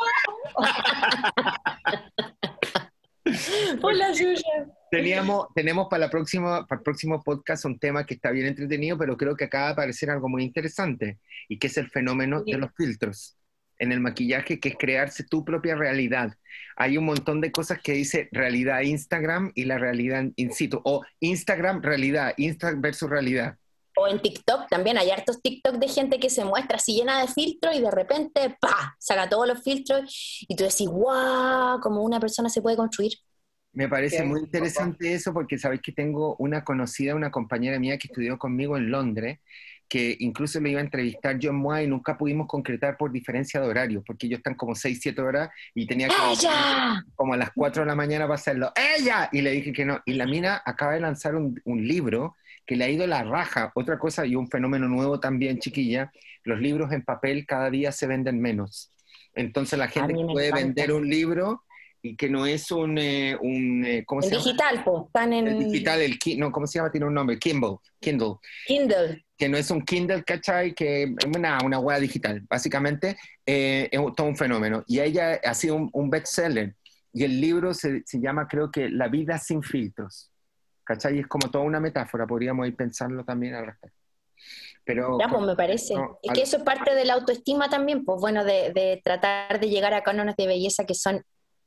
Por la suya. Teníamos, tenemos para, la próxima, para el próximo podcast un tema que está bien entretenido, pero creo que acaba de aparecer algo muy interesante, y que es el fenómeno de los filtros en el maquillaje, que es crearse tu propia realidad. Hay un montón de cosas que dice realidad Instagram y la realidad in situ, o Instagram realidad, Instagram versus realidad. O en TikTok también, hay hartos TikTok de gente que se muestra así llena de filtros y de repente, ¡pa!, saca todos los filtros y tú decís, ¡guau!, como una persona se puede construir. Me parece Sí. muy interesante eso, porque sabéis que tengo una conocida, una compañera mía que estudió conmigo en Londres, que incluso me iba a entrevistar yo en M O A y nunca pudimos concretar por diferencia de horario, porque ellos están como seis, siete horas y tenía que ¡Ella! como a las cuatro de la mañana para hacerlo. ¡Ella! Y le dije que no. Y la mina acaba de lanzar un, un libro que le ha ido la raja. Otra cosa, y un fenómeno nuevo también, chiquilla, los libros en papel cada día se venden menos. Entonces la gente mí me puede encanta. vender un libro y que no es un, eh, un eh, ¿cómo En se llama? digital, pues, están en El digital, el Ki- no, ¿cómo se llama? Tiene un nombre, Kindle, Kindle, Kindle. que no es un Kindle, ¿cachai? Que es una, una hueá digital, básicamente, eh, es todo un fenómeno. Y ella ha sido un, un bestseller, y el libro se, se llama, creo que, La vida sin filtros, ¿cachai? Y es como toda una metáfora, podríamos ir pensarlo también al respecto. Pero, Ya, pues me parece. no, Es al- que eso es parte de la autoestima también, pues bueno, de, de tratar de llegar a cánones de belleza que son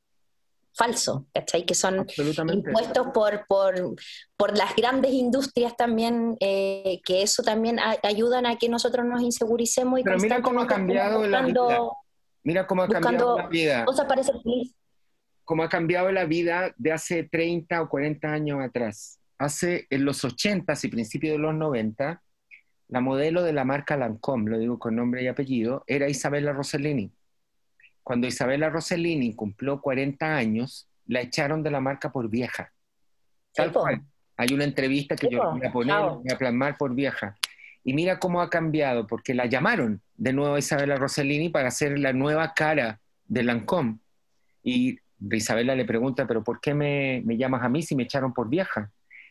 falsos, ¿cachai? Que son absolutamente. impuestos por, por, por las grandes industrias también, eh, que eso también a- ayudan a que nosotros nos inseguricemos y Pero mira cómo ha constantemente cambiado estemos la vida. buscando, Mira cómo ha cambiado buscando la vida. cosas para ser feliz. Cómo ha cambiado la vida de hace treinta o cuarenta años atrás. Hace, en los ochenta y principios de los noventa, la modelo de la marca Lancôme, lo digo con nombre y apellido, era Isabella Rossellini. Cuando Isabella Rossellini cumplió cuarenta años, la echaron de la marca por vieja. Tal Sí, po. cual. Hay una entrevista que Sí, yo po. voy a poner, Chao. voy a plasmar por vieja. Y mira cómo ha cambiado, porque la llamaron de nuevo a Isabella Rossellini para hacer la nueva cara de Lancôme. Y Isabella le pregunta, ¿pero por qué me, me llamas a mí si me echaron por vieja?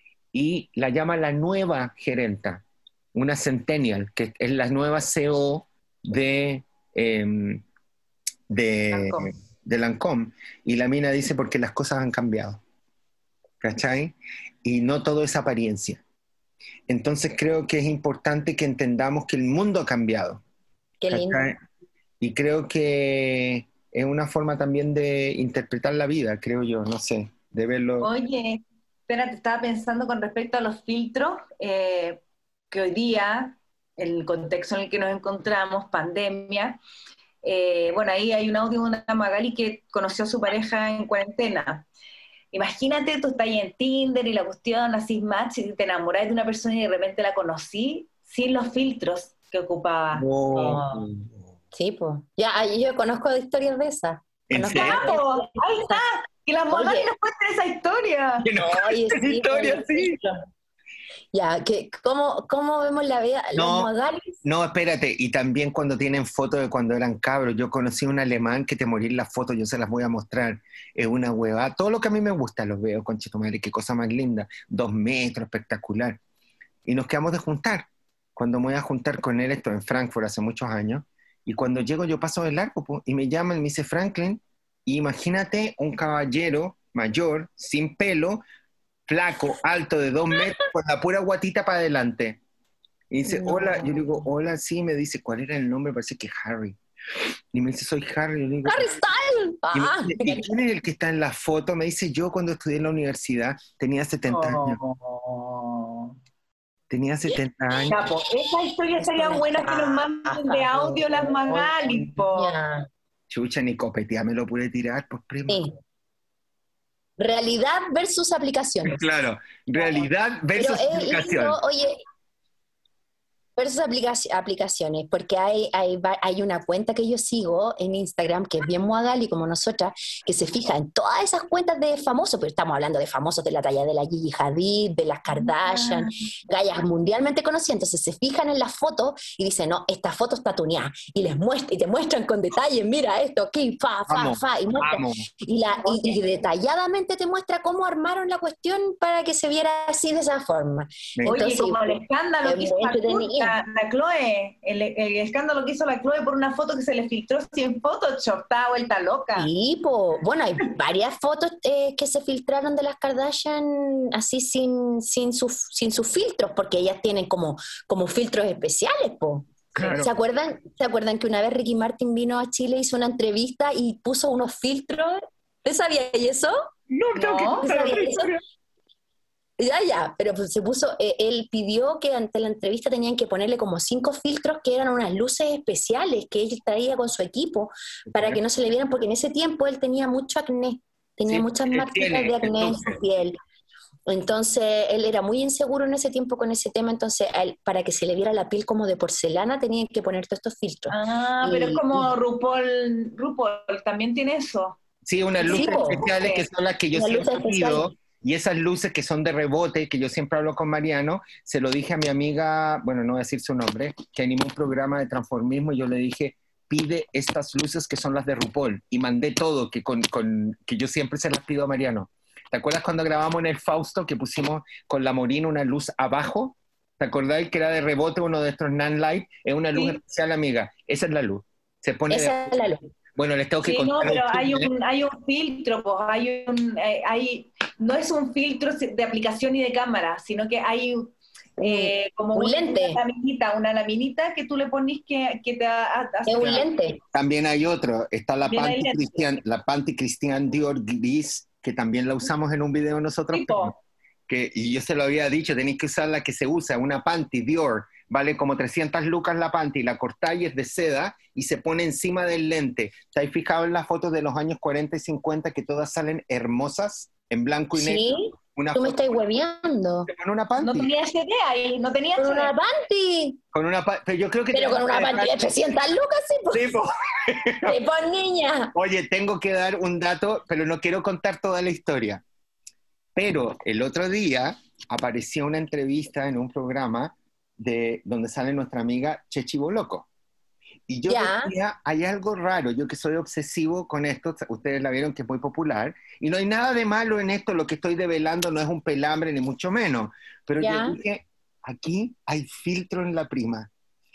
Y la llama la nueva gerenta, una centennial, que es la nueva C E O de, eh, de, Lancôme. de Lancôme. Y la mina dice, porque las cosas han cambiado. ¿Cachai? Y no todo es apariencia. Entonces creo que es importante que entendamos que el mundo ha cambiado. Qué lindo. ¿Cachai? Y creo que es una forma también de interpretar la vida, creo yo, no sé, de verlo. Oye, espérate, estaba pensando con respecto a los filtros, eh, que hoy día, el contexto en el que nos encontramos, pandemia, eh, bueno, ahí hay un audio de una Magali que conoció a su pareja en cuarentena. Imagínate, tú estás ahí en Tinder y la cuestión, así match, y te enamorás de una persona y de repente la conocí sin los filtros que ocupaba. Oh. Sí, pues. Ya, ahí yo conozco historias de esas. ¿En Conozco serio? varias ¡Vamos! historias de ¡Ahí esas. está! Que la Magali Oye. nos cuente esa historia. Que no, Oye, esa sí, historia, pues, sí. Ya, que, ¿cómo, ¿cómo vemos la vida? No. Los modales. No, espérate, y también cuando tienen fotos de cuando eran cabros, yo conocí a un alemán que te morí las fotos, yo se las voy a mostrar, es una hueva, todo lo que a mí me gusta los veo, conchito madre, qué cosa más linda, dos metros, espectacular, y nos quedamos de juntar, cuando me voy a juntar con él, esto en Frankfurt hace muchos años, y cuando llego yo paso de largo, po, y me llaman, me dice Franklin, y imagínate un caballero mayor, sin pelo, flaco, alto de dos metros, con la pura guatita para adelante. Y dice, No. hola, yo le digo, hola, sí, me dice, ¿cuál era el nombre? Parece que Harry. Y me dice, soy Harry. Yo digo, ¡Harry Styles! y, me Ah, dice, ¿y quién es el que está en la foto? Me dice, yo cuando estudié en la universidad tenía setenta años. Oh. Tenía setenta años. Ya, po, esa historia sería buena que nos manden de audio las Magali, po. Ya. Chucha, ni copetea me lo pude tirar, pues primo. Sí. Realidad versus aplicaciones. Claro, realidad versus Pero es aplicación. lindo, oye, versus aplicaci- aplicaciones, porque hay, hay, va- hay una cuenta que yo sigo en Instagram, que es bien Magali como nosotras, que se fija en todas esas cuentas de famosos, pero estamos hablando de famosos de la talla de la Gigi Hadid, de las Kardashian, gallas mundialmente conocidas, entonces se fijan en las fotos y dicen, no, esta foto está tuneada, y les muestra, y te muestran con detalle, mira esto, aquí, fa, fa, Vamos, fa, y, muestra, vamos. y, la, y, y detalladamente te muestra cómo armaron la cuestión para que se viera así de esa forma. Me- Oye, Entonces, como el escándalo es que hizo muy la, entretenido. la, la Chloe, el, el escándalo que hizo la Chloe por una foto que se le filtró sin Photoshop, estaba vuelta loca. Sí, po. Bueno, hay varias fotos eh, que se filtraron de las Kardashian así sin, sin, sus, sin sus filtros, porque ellas tienen como, como filtros especiales, po. Claro. ¿Se acuerdan, ¿Se acuerdan que una vez Ricky Martin vino a Chile, hizo una entrevista y puso unos filtros? ¿Usted sabía eso? No, tengo que No, contar ¿sabía otra eso? historia. Ya, ya, pero pues se puso, eh, él pidió que ante la entrevista tenían que ponerle como cinco filtros que eran unas luces especiales que él traía con su equipo para que no se le vieran, porque en ese tiempo él tenía mucho acné, tenía Sí, muchas él marcas tiene, de acné en entonces. su piel. Entonces él era muy inseguro en ese tiempo con ese tema, entonces a él, para que se le viera la piel como de porcelana tenían que poner todos estos filtros. Ah, Y- pero es como y- RuPaul, RuPaul también tiene eso. Sí, unas Sí, luces po. especiales que son las que yo Unas luces siempre pido, especiales. y esas luces que son de rebote, que yo siempre hablo con Mariano, se lo dije a mi amiga, bueno, no voy a decir su nombre, que animó un programa de transformismo, y yo le dije, pide estas luces que son las de RuPaul, y mandé todo, que, con, con, que yo siempre se las pido a Mariano. ¿Te acuerdas cuando grabamos en el Fausto que pusimos con la Morina una luz abajo? ¿Te acordáis que era de rebote uno de estos Nan Light? Es una luz Sí. especial, amiga. Esa es la luz. Se pone de- Esa es la luz. Bueno, les tengo que Sí, contar. no, pero un hay chisme. un, hay un filtro, pues hay un, eh, hay, no es un filtro de aplicación y de cámara, sino que hay eh, como un una, lente. una laminita, una laminita que tú le pones que, que te ha- hace... Es un lente. También hay otro, está la También hay Panty lentes. Christian, la Panty Christian Dior gris, que también la usamos en un video nosotros. Tipo. Que, y yo se lo había dicho, tenéis que usar la que se usa, una Panty Dior, vale como trescientas lucas la Panty, la cortáis y es de seda y se pone encima del lente. ¿Estáis fijados en las fotos de los años cuarenta y cincuenta que todas salen hermosas, en blanco y negro? Sí, Una tú me foto estás hueveando. con una Panty. No tenía esa idea, y no tenía Con esa una idea. panty. Con una pa- pero yo creo que Pero te con vas a una dejar- panty de trescientas lucas, sí, pues. Sí, po. Sí, pues, niña. Oye, tengo que dar un dato, pero no quiero contar toda la historia. Pero el otro día apareció una entrevista en un programa de donde sale nuestra amiga Chechi Boloco. Y yo Ya. decía, hay algo raro, yo que soy obsesivo con esto, ustedes la vieron que es muy popular, y no hay nada de malo en esto, lo que estoy develando no es un pelambre ni mucho menos, pero Ya. yo dije, aquí hay filtro en la prima.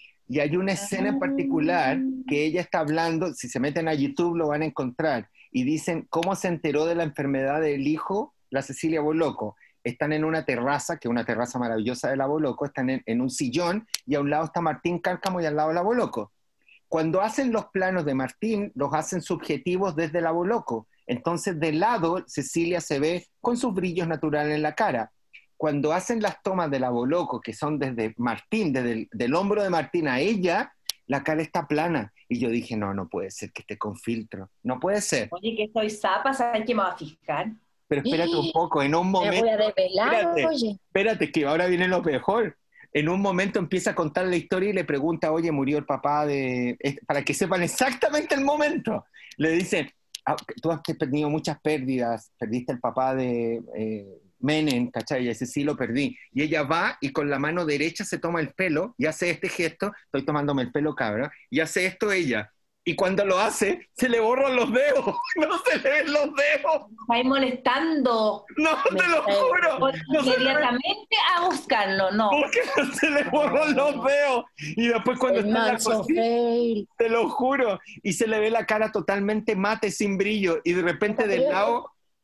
Y hay una escena en Ah. particular que ella está hablando, si se meten a YouTube lo van a encontrar, y dicen cómo se enteró de la enfermedad del hijo, la Cecilia Boloco. Están en una terraza, que es una terraza maravillosa de la Boloco, están en, en un sillón, y a un lado está Martín Cárcamo y al lado la Boloco. Cuando hacen los planos de Martín, los hacen subjetivos desde la Boloco. Entonces, de lado, Cecilia se ve con sus brillos naturales en la cara. Cuando hacen las tomas de la Boloco, que son desde Martín, desde el del hombro de Martín a ella, la cara está plana. Y yo dije, no, no puede ser que esté con filtro. No puede ser. Oye, que soy zapa, ¿sabes qué me va a fijar? Pero espérate un poco, en un Me momento... voy a desvelar, Espérate. oye. Espérate, que ahora viene lo mejor. En un momento empieza a contar la historia y le pregunta, oye, murió el papá de... es- Para que sepan exactamente el momento. Le dice, "Ah, tú has tenido muchas pérdidas, perdiste el papá de eh, Menem, ¿cachai? Y dice, sí, lo perdí. Y ella va y con la mano derecha se toma el pelo y hace este gesto, estoy tomándome el pelo, cabra, y hace esto ella. Y cuando lo hace, se le borran los dedos. No se le ven los dedos. Estáis molestando. No, Me te lo está- juro. No se le ven. Inmediatamente a buscarlo, no. Porque no se le borran los dedos. Y después cuando El está en la manso cocina, fail. te lo juro, y se le ve la cara totalmente mate, sin brillo, y de repente del Pero- lado,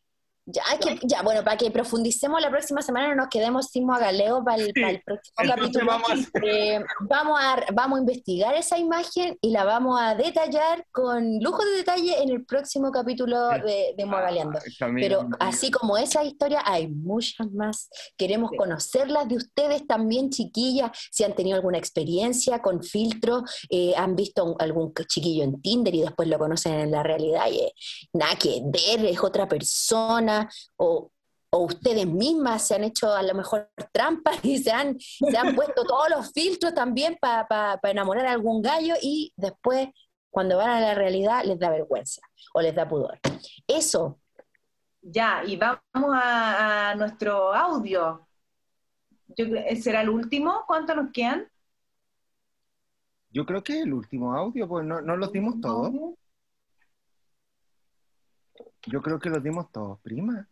Ya, que, ya, bueno, para que profundicemos la próxima semana, no nos quedemos sin Moagaleo para el, Sí, para el próximo entonces capítulo. vamos a- Eh, vamos, a, vamos a investigar esa imagen y la vamos a detallar con lujo de detalle en el próximo capítulo de, de Moagaleando. Ah, Camila, Pero Camila. así como esa historia, hay muchas más. Queremos Sí. conocerlas de ustedes también, chiquillas, si han tenido alguna experiencia con filtros, eh, han visto un- algún chiquillo en Tinder y después lo conocen en la realidad y eh, nada que ver, es otra persona. O, o ustedes mismas se han hecho a lo mejor trampas y se han, se han puesto todos los filtros también para pa, pa enamorar a algún gallo y después cuando van a la realidad les da vergüenza o les da pudor. Eso, Ya, y vamos a, a nuestro audio. Yo, creo- ¿será el último? ¿Cuántos nos quedan? Yo creo que el último audio, pues no, no los dimos todos. Yo creo que los dimos todos, prima.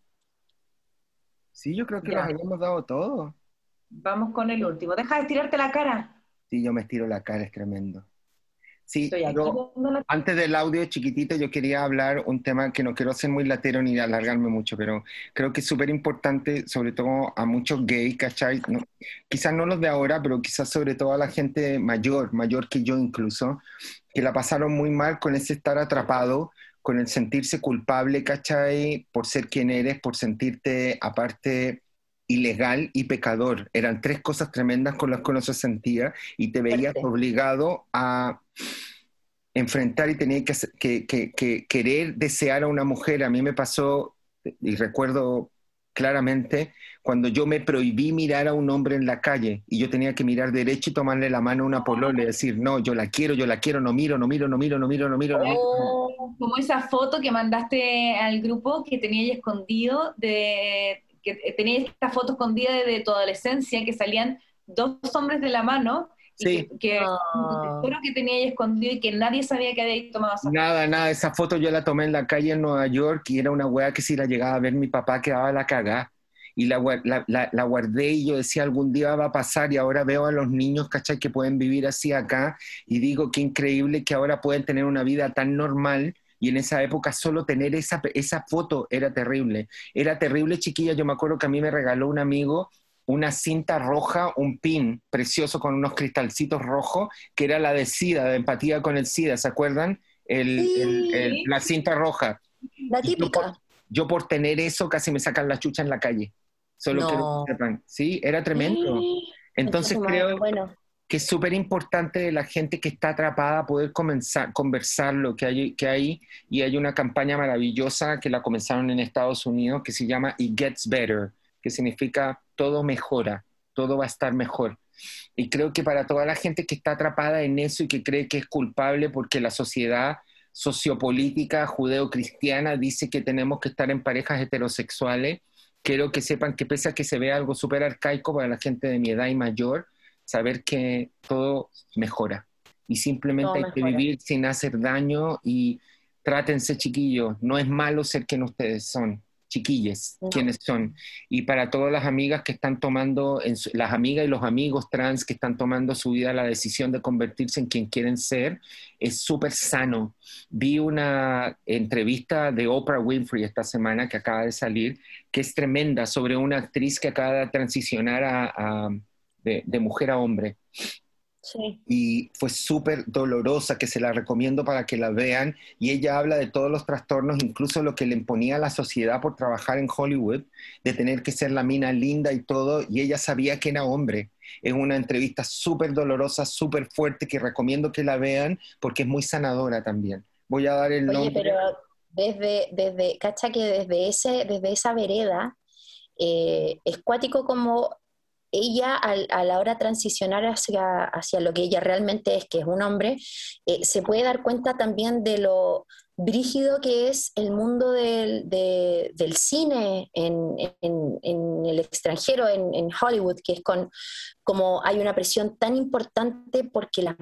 Sí, yo creo que Ya. los habíamos dado todos. Vamos con el último. Deja de estirarte la cara. Sí, yo me estiro la cara, es tremendo. Sí, Estoy aquí yo, viendo la- antes del audio chiquitito, yo quería hablar un tema que no quiero ser muy latero ni alargarme mucho, pero creo que es súper importante, sobre todo a muchos gays, ¿cachai? No, quizás no los de ahora, pero quizás sobre todo a la gente mayor, mayor que yo incluso, que la pasaron muy mal con ese estar atrapado, con el sentirse culpable, ¿cachai? Por ser quien eres, por sentirte aparte ilegal y pecador. Eran tres cosas tremendas con las que uno se sentía y te veías Fuerte. obligado a enfrentar y tenía que, que, que, que querer desear a una mujer. A mí me pasó, y recuerdo claramente, cuando yo me prohibí mirar a un hombre en la calle y yo tenía que mirar derecho y tomarle la mano a una polola y decir, no, yo la quiero, yo la quiero, no miro, no miro, no miro, no miro, no miro, no miro. oh, Como esa foto que mandaste al grupo que tenía ahí escondido, de, que tenía esta foto escondida de, de tu adolescencia, que salían dos hombres de la mano, y Sí. que, que no. un tesoro que tenía ahí escondido y que nadie sabía que había tomado esa foto. Nada, nada, esa foto yo la tomé en la calle en Nueva York y era una weá que si la llegaba a ver mi papá quedaba la cagá. Y la, gua- la, la, la guardé y yo decía algún día va a pasar y ahora veo a los niños, ¿cachai? Que pueden vivir así acá y digo qué increíble que ahora pueden tener una vida tan normal y en esa época solo tener esa, esa foto era terrible. Era terrible, chiquilla. Yo me acuerdo que a mí me regaló un amigo una cinta roja, un pin precioso con unos cristalcitos rojos, que era la de SIDA, de empatía con el SIDA, ¿se acuerdan? El, Sí. el- el- la cinta roja. La Y yo por, típica. yo por tener eso casi me sacan la chucha en la calle. Solo No. quiero que sepan. Sí, era tremendo. Entonces creo Bueno, que es súper importante de la gente que está atrapada poder comenzar, conversar lo que hay, que hay. Y hay una campaña maravillosa que la comenzaron en Estados Unidos que se llama It Gets Better, que significa todo mejora, todo va a estar mejor. Y creo que para toda la gente que está atrapada en eso y que cree que es culpable porque la sociedad sociopolítica judeo-cristiana dice que tenemos que estar en parejas heterosexuales, quiero que sepan que pese a que se vea algo súper arcaico para la gente de mi edad y mayor, saber que todo mejora. Y simplemente todo hay que mejora. vivir sin hacer daño y trátense, chiquillos. No es malo ser quien ustedes son, chiquilles, No. quienes son. Y para todas las amigas que están tomando, en su- las amigas y los amigos trans que están tomando su vida la decisión de convertirse en quien quieren ser, es súper sano. Vi una entrevista de Oprah Winfrey esta semana que acaba de salir, que es tremenda, sobre una actriz que acaba de transicionar a, a- de, de mujer a hombre. Sí. Y fue súper dolorosa, que se la recomiendo para que la vean, y ella habla de todos los trastornos, incluso lo que le imponía a la sociedad por trabajar en Hollywood, de tener que ser la mina linda y todo, y ella sabía que era hombre. Es una entrevista súper dolorosa, súper fuerte, que recomiendo que la vean, porque es muy sanadora también. Voy a dar el Oye, nombre. pero desde, desde, cacha que desde ese, desde esa vereda, eh, es cuático como ella al- a la hora de transicionar hacia, hacia lo que ella realmente es, que es un hombre, eh, se puede dar cuenta también de lo brígido que es el mundo del, de- del cine en, en- en el extranjero, en, en Hollywood, que es con como hay una presión tan importante porque las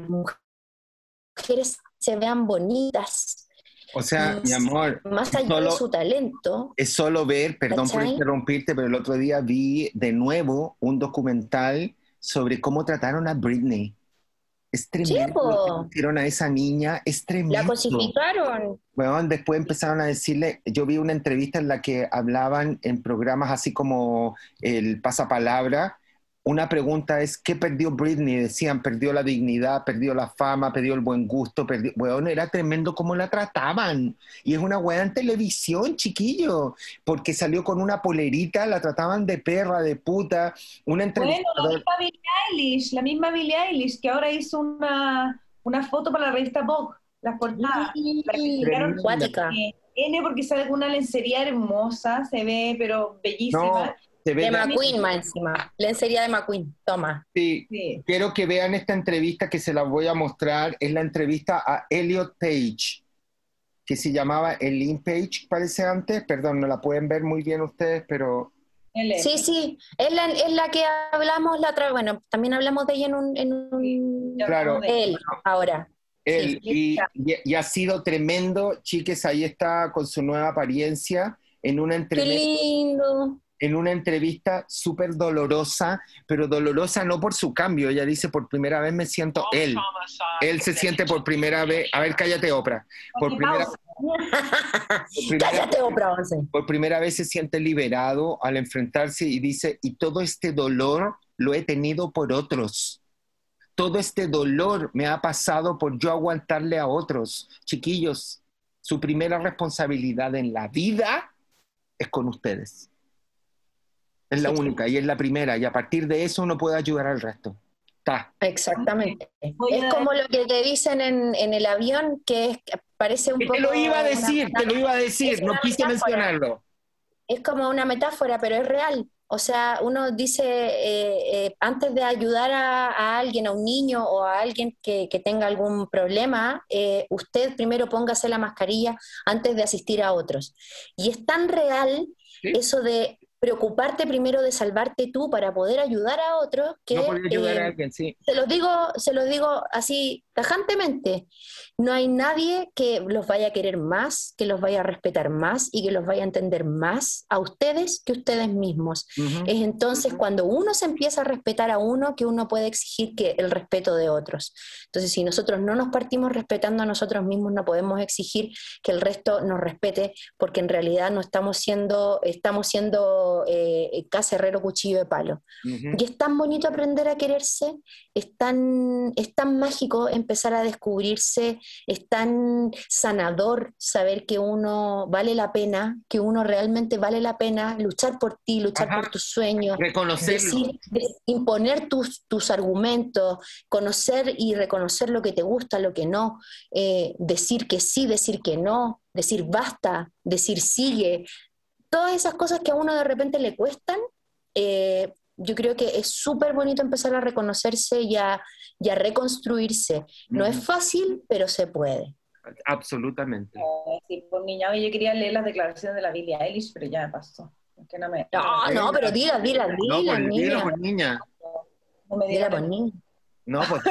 mujeres se vean bonitas. O sea, Y mi amor, más es allá de solo, su talento, es solo ver, perdón por ¿cachai? interrumpirte, pero el otro día vi de nuevo un documental sobre cómo trataron a Britney. Es tremendo Sí, po. lo que pusieron a esa niña, es tremendo. La cosificaron. Bueno, después empezaron a decirle, yo vi una entrevista en la que hablaban en programas así como el Pasapalabra, una pregunta es, ¿qué perdió Britney? Decían, perdió la dignidad, perdió la fama, perdió el buen gusto, perdió... Bueno, era tremendo cómo la trataban. Y es una weá en televisión, chiquillo, porque salió con una polerita, la trataban de perra, de puta, una entrevista... Bueno, la misma Billie Eilish, la misma Billie Eilish, que ahora hizo una, una foto para la revista Vogue, las portadas. Sí, La criticaron cuática. eh, N porque sale con una lencería hermosa, se ve, pero bellísima. No, se ve De la- McQueen más encima. Lencería de McQueen. Toma. Sí, Sí. quiero que vean esta entrevista que se la voy a mostrar. Es la entrevista a Elliot Page, que se llamaba Elaine Page, parece antes. Perdón, no la pueden ver muy bien ustedes, pero... Él es. Sí, sí. Es la, es la que hablamos la otra. Bueno, también hablamos de ella en un. En un Ya Claro. hablamos de- él, ahora. Él, Sí. y, y- y ha sido tremendo, chiques, ahí está con su nueva apariencia, en una, Qué entrev- lindo. en una entrevista súper dolorosa, pero dolorosa no por su cambio, ella dice, por primera vez me siento él, él se siente por primera vez, a ver, cállate Oprah, por Oye, primera, pausa. por primera, Cállate, Oprah Once. por primera vez se siente liberado al enfrentarse y dice, y todo este dolor lo he tenido por otros. Todo este dolor me ha pasado por yo aguantarle a otros. Chiquillos, su primera responsabilidad en la vida es con ustedes. Es la Sí. única y es la primera. Y a partir de eso uno puede ayudar al resto. Ta. Exactamente. Voy a- Es como lo que te dicen en, en el avión, que, es, que parece un Que poco... te lo iba a una decir, te lo iba a decir. Es No una quise metáfora. mencionarlo. Es como una metáfora, pero es real. O sea, uno dice, eh, eh, antes de ayudar a, a alguien, a un niño o a alguien que, que tenga algún problema, eh, usted primero póngase la mascarilla antes de asistir a otros. Y es tan real ¿Sí? eso de preocuparte primero de salvarte tú para poder ayudar a otros que... No podía ayudar eh, a alguien, sí. Se los digo, se los digo así tajantemente. No hay nadie que los vaya a querer más, que los vaya a respetar más y que los vaya a entender más a ustedes que ustedes mismos. Ujú. Es entonces cuando uno se empieza a respetar a uno que uno puede exigir que el respeto de otros. Entonces, si nosotros no nos partimos respetando a nosotros mismos, no podemos exigir que el resto nos respete, porque en realidad no estamos siendo, estamos siendo eh, casa herrero cuchillo de palo. Ujú. Y es tan bonito aprender a quererse, es tan, es tan mágico empezar a descubrirse, es tan sanador saber que uno vale la pena, que uno realmente vale la pena luchar por ti, luchar Ajá. por tus sueños, Reconocerlo. decir, de- imponer tus, tus argumentos, conocer y reconocer lo que te gusta, lo que no, eh, decir que sí, decir que no, decir basta, decir sigue. Todas esas cosas que a uno de repente le cuestan, eh, yo creo que es súper bonito empezar a reconocerse y a, y a reconstruirse. No Ujú. es fácil, pero se puede. Absolutamente. Eh, sí, por niña, yo quería leer las declaraciones de la Billie Eilish, pero ya me pasó. Es que no me, No, no, pero dila, dila, No, dila, pues, dilo, niña. pues, niña. no me Dila, dieron- pues, niña. No, pues,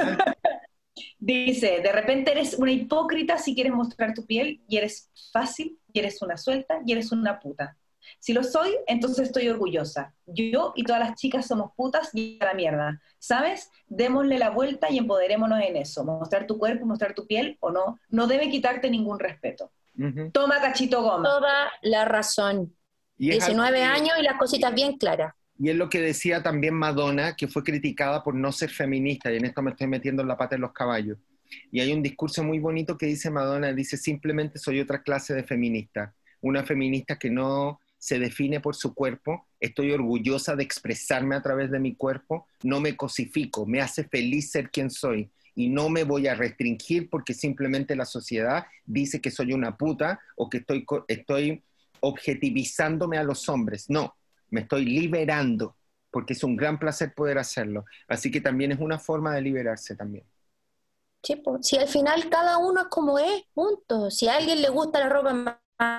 Dice, de repente eres una hipócrita si quieres mostrar tu piel y eres fácil, y eres una suelta, y eres una puta. Si lo soy, entonces estoy orgullosa. Yo y todas las chicas somos putas y a la mierda. ¿Sabes? Démosle la vuelta y empoderémonos en eso. Mostrar tu cuerpo, mostrar tu piel o no, no debe quitarte ningún respeto. ujú. Toma, cachito goma. Toda la razón. Y es algo diecinueve que- años y las cositas bien claras. Y es lo que decía también Madonna, que fue criticada por no ser feminista, y en esto me estoy metiendo en la pata de los caballos. Y hay un discurso muy bonito que dice Madonna, dice, simplemente soy otra clase de feminista, una feminista que no se define por su cuerpo, estoy orgullosa de expresarme a través de mi cuerpo, no me cosifico, me hace feliz ser quien soy, y no me voy a restringir porque simplemente la sociedad dice que soy una puta o que estoy, co- estoy objetivizándome a los hombres. No, me estoy liberando, porque es un gran placer poder hacerlo. Así que también es una forma de liberarse también. Sí, po. Si al final cada uno es como es, punto. Si a alguien le gusta la ropa más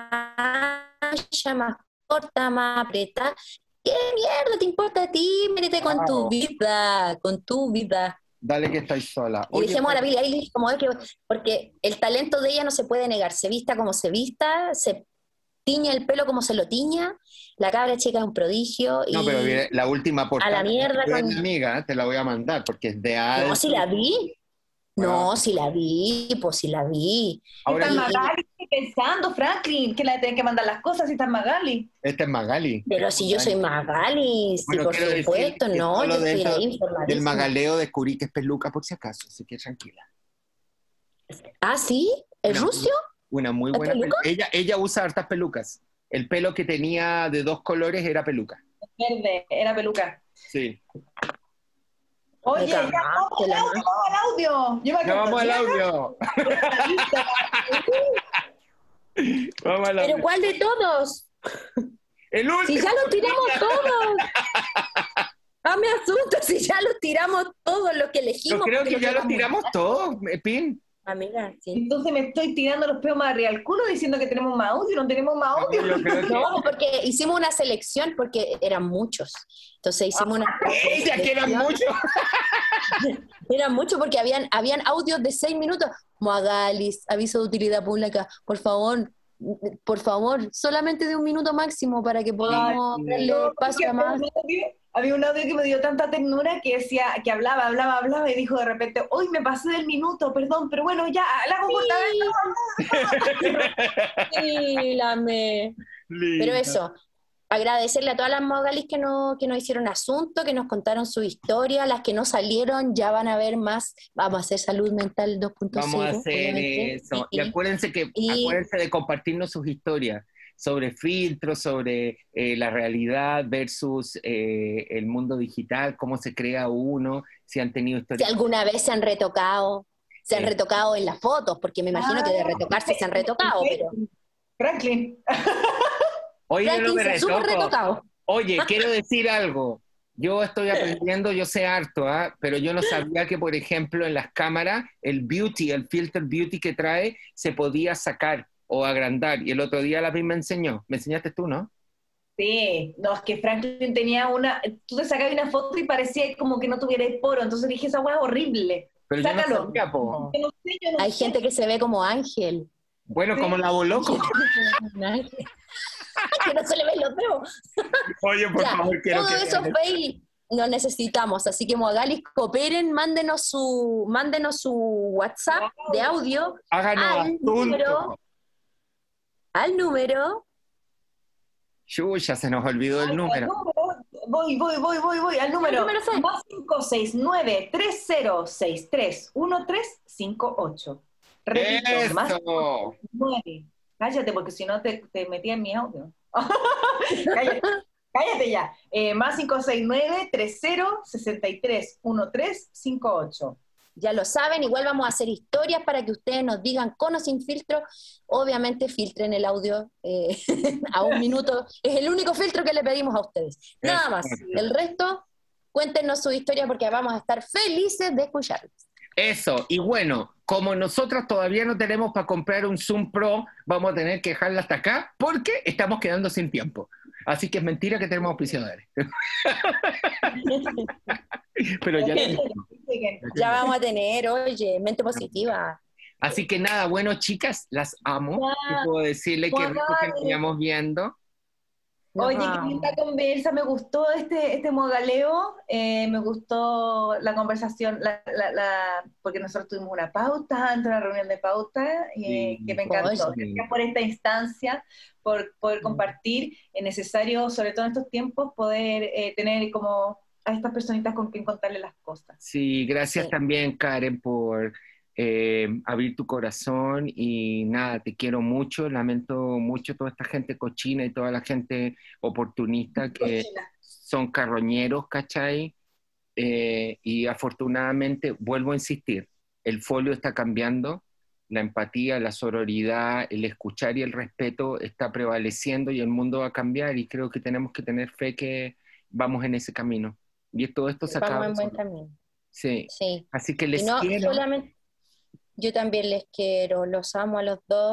ancha, más corta, más apretada, ¿qué mierda te importa a ti? Métete con Wow. tu vida, con tu vida. Dale que estáis sola. Y Oye, dejemos a la Billie Eilish como es, que, porque el talento de ella no se puede negar. Se vista como se vista, se tiña el pelo como se lo tiña. La cabra chica es un prodigio. Y no, pero mire, la última portada a la mierda de con- mi amiga, te la voy a mandar, porque es de no, alto. si la vi. No, si la vi, pues si la vi. Ahora, Está Y- Magali pensando, Franklin, que le tienen que mandar las cosas si está Magali. esta es Magali. Pero si yo soy Magali, sí, Bueno, por quiero decir supuesto, que no, solo yo estoy dentro ahí del informadísima. magaleo descubrí que es peluca por si acaso, así que tranquila. Ah, ¿sí? ¿El Una- rucio? Una muy ¿Es buena peluca? peluca. Ella, ella usa hartas pelucas. El pelo que tenía de dos colores era peluca. Verde, era peluca. Sí. Oye, Me ya, cagaste vamos al la audio, mano. vamos al audio. Yo me Ya vamos al acuerdo. audio. Vamos al ¿Pero audio. cuál de todos? El último. Si ya los tiramos todos. Ah, me asusta si ya los tiramos todos los que elegimos. Yo creo porque que ya los quedamos- tiramos todos, eh, Pin. Amiga, sí. Entonces me estoy tirando los peos más arriba al culo diciendo que tenemos más audio, no tenemos más audio. Yo creo que... No, porque hicimos una selección porque eran muchos. Entonces hicimos una ¡Ella, que eran muchos! Eran muchos porque habían, habían audios de seis minutos. Moagalis, aviso de utilidad pública, por favor, por favor, solamente de un minuto máximo para que podamos Ay, darle No, espacio a porque más. había un audio- Había un audio que me dio tanta ternura que decía, que hablaba, hablaba, hablaba y dijo de repente, hoy me pasé del minuto, perdón, pero bueno, ya, la computadora. Sí, la me. Pero eso, agradecerle a todas las Moagalis que, no, que nos hicieron asunto, que nos contaron su historia, las que no salieron ya van a ver más, vamos a hacer salud mental dos punto cero. Vamos a hacer obviamente. eso. Y- Y acuérdense que y- acuérdense de compartirnos sus historias sobre filtros, sobre eh, la realidad versus eh, el mundo digital, cómo se crea uno, si han tenido si historias. alguna vez se han retocado, se han Sí. retocado en las fotos, porque me imagino que de retocarse se han retocado, pero Franklin. Oye, yo no Franklin me se ha súper retoco. retocado. Oye, quiero decir algo. Yo estoy aprendiendo, yo sé harto, ¿ah? Pero yo no sabía que, por ejemplo, en las cámaras, el beauty, el filter beauty que trae, se podía sacar o agrandar. Y el otro día la vi me enseñó. ¿Me enseñaste tú, no? Sí, no, es que Franklin tenía una, tú te sacabas una foto y parecía como que no tuviera el poro, entonces dije, esa hueá es horrible. Pero yo Sácalo. no sabía, po. Yo no sé, yo no Hay sé. gente que se ve como ángel. Bueno, como la loco. Que no se le ven los dedos. Oye, por Ya, favor, quiero todo que eso vean. fail no necesitamos, así que Moagalis, cooperen, mándenos su, mándenos su WhatsApp de audio Háganos al asunto. número, al número, Chucha, se nos olvidó el Al número. número, Voy, voy, voy, voy, voy, al número. número seis. Más cinco seis nueve tres cero seis tres uno tres cinco ocho. Repito, más ¡Eso! nueve. Cállate, porque si no te, te metí en mi audio. Cállate, cállate ya. Eh, más cinco seis nueve tres cero seis tres uno tres cinco ocho. ya lo saben, igual vamos a hacer historias para que ustedes nos digan con o sin filtro, obviamente filtren el audio eh, a un minuto, es el único filtro que le pedimos a ustedes, nada más, Exacto. el resto, cuéntenos su historia porque vamos a estar felices de escucharlos. Eso, y bueno, como nosotros todavía no tenemos para comprar un Zoom Pro, vamos a tener que dejarla hasta acá porque estamos quedando sin tiempo. Así que es mentira que tenemos auspiciadores. Pero ya tenemos. Ya vamos a tener, oye, mente positiva. Así que nada, bueno, chicas, las amo. Ya. Y puedo decirle que rico que nos Guay. vayamos viendo. Oye, Nos qué vamos. linda conversa, me gustó este, este mogaleo, eh, me gustó la conversación, la, la, la- porque nosotros tuvimos una pauta, antes de una reunión de pauta, y, eh, Sí, que me encantó. oye. Gracias por esta instancia, por poder Mm. compartir. Es necesario, sobre todo en estos tiempos, poder eh, tener como a estas personitas con quien contarle las cosas. Sí, gracias Sí. también, Karen, por eh, abrir tu corazón y nada, te quiero mucho, lamento mucho toda esta gente cochina y toda la gente oportunista que son carroñeros, ¿cachai? Eh, y afortunadamente, vuelvo a insistir, el folio está cambiando, la empatía, la sororidad, el escuchar y el respeto está prevaleciendo y el mundo va a cambiar y creo que tenemos que tener fe que vamos en ese camino. Y todo esto se acaba. Vamos en buen solo. camino. Sí. Sí. Así que Y les no quiero. solamente, yo también les quiero, los amo a los dos, los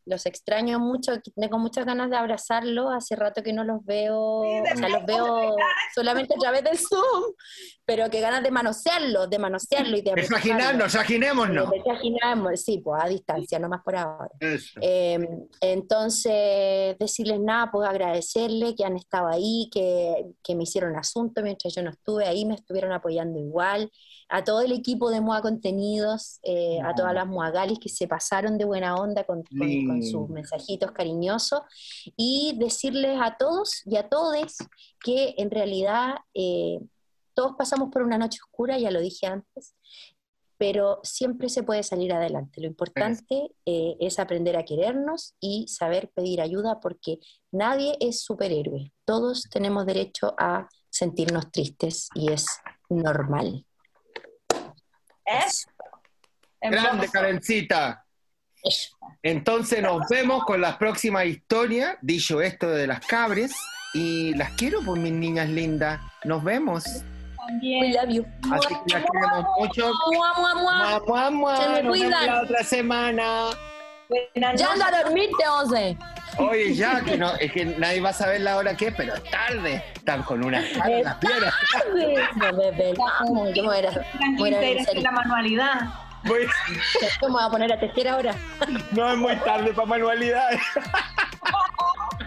los extraño mucho, tengo muchas ganas de abrazarlos, hace rato que no los veo, o sea, los veo solamente a través del Zoom, pero que ganas de manosearlos, de manosearlos y de Traginarnos, traginémonos. De traginarnos, sí, pues a distancia, no más por ahora. Eh, entonces, decirles nada, pues agradecerles que han estado ahí, que, que me hicieron asunto mientras yo no estuve ahí, me estuvieron apoyando igual, a todo el equipo de Moa Contenidos, eh, no. a todas las Moagalis que se pasaron de buena onda con, con, con sus mensajitos cariñosos, y decirles a todos y a todes que en realidad eh, todos pasamos por una noche oscura, ya lo dije antes, pero siempre se puede salir adelante. Lo importante eh, es aprender a querernos y saber pedir ayuda, porque nadie es superhéroe. Todos tenemos derecho a sentirnos tristes y es normal. Eso. Grande, Karencita. Entonces nos vemos con la próxima historia. Dicho esto de las cabres, y las quiero por mis niñas lindas. Nos vemos. También. We love you. Así que las queremos mucho. Mua, mua, mua. Mua, mua, mua. Se me Nos cuidan. vemos la otra semana. Ya anda a dormirte, Once. Oye, ya, que no, es que nadie va a saber la hora que es, pero es tarde. Están con unas caras en las piernas. No, bebé, vamos, yo me voy a ir a, voy a, ir a hacer la manualidad. Voy... Yo me voy a poner a tejer ahora. No es muy tarde para manualidades.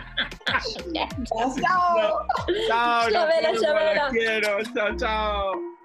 Chao. Chao. Chao. Chabela, Chabela. Quiero. Chao, chao.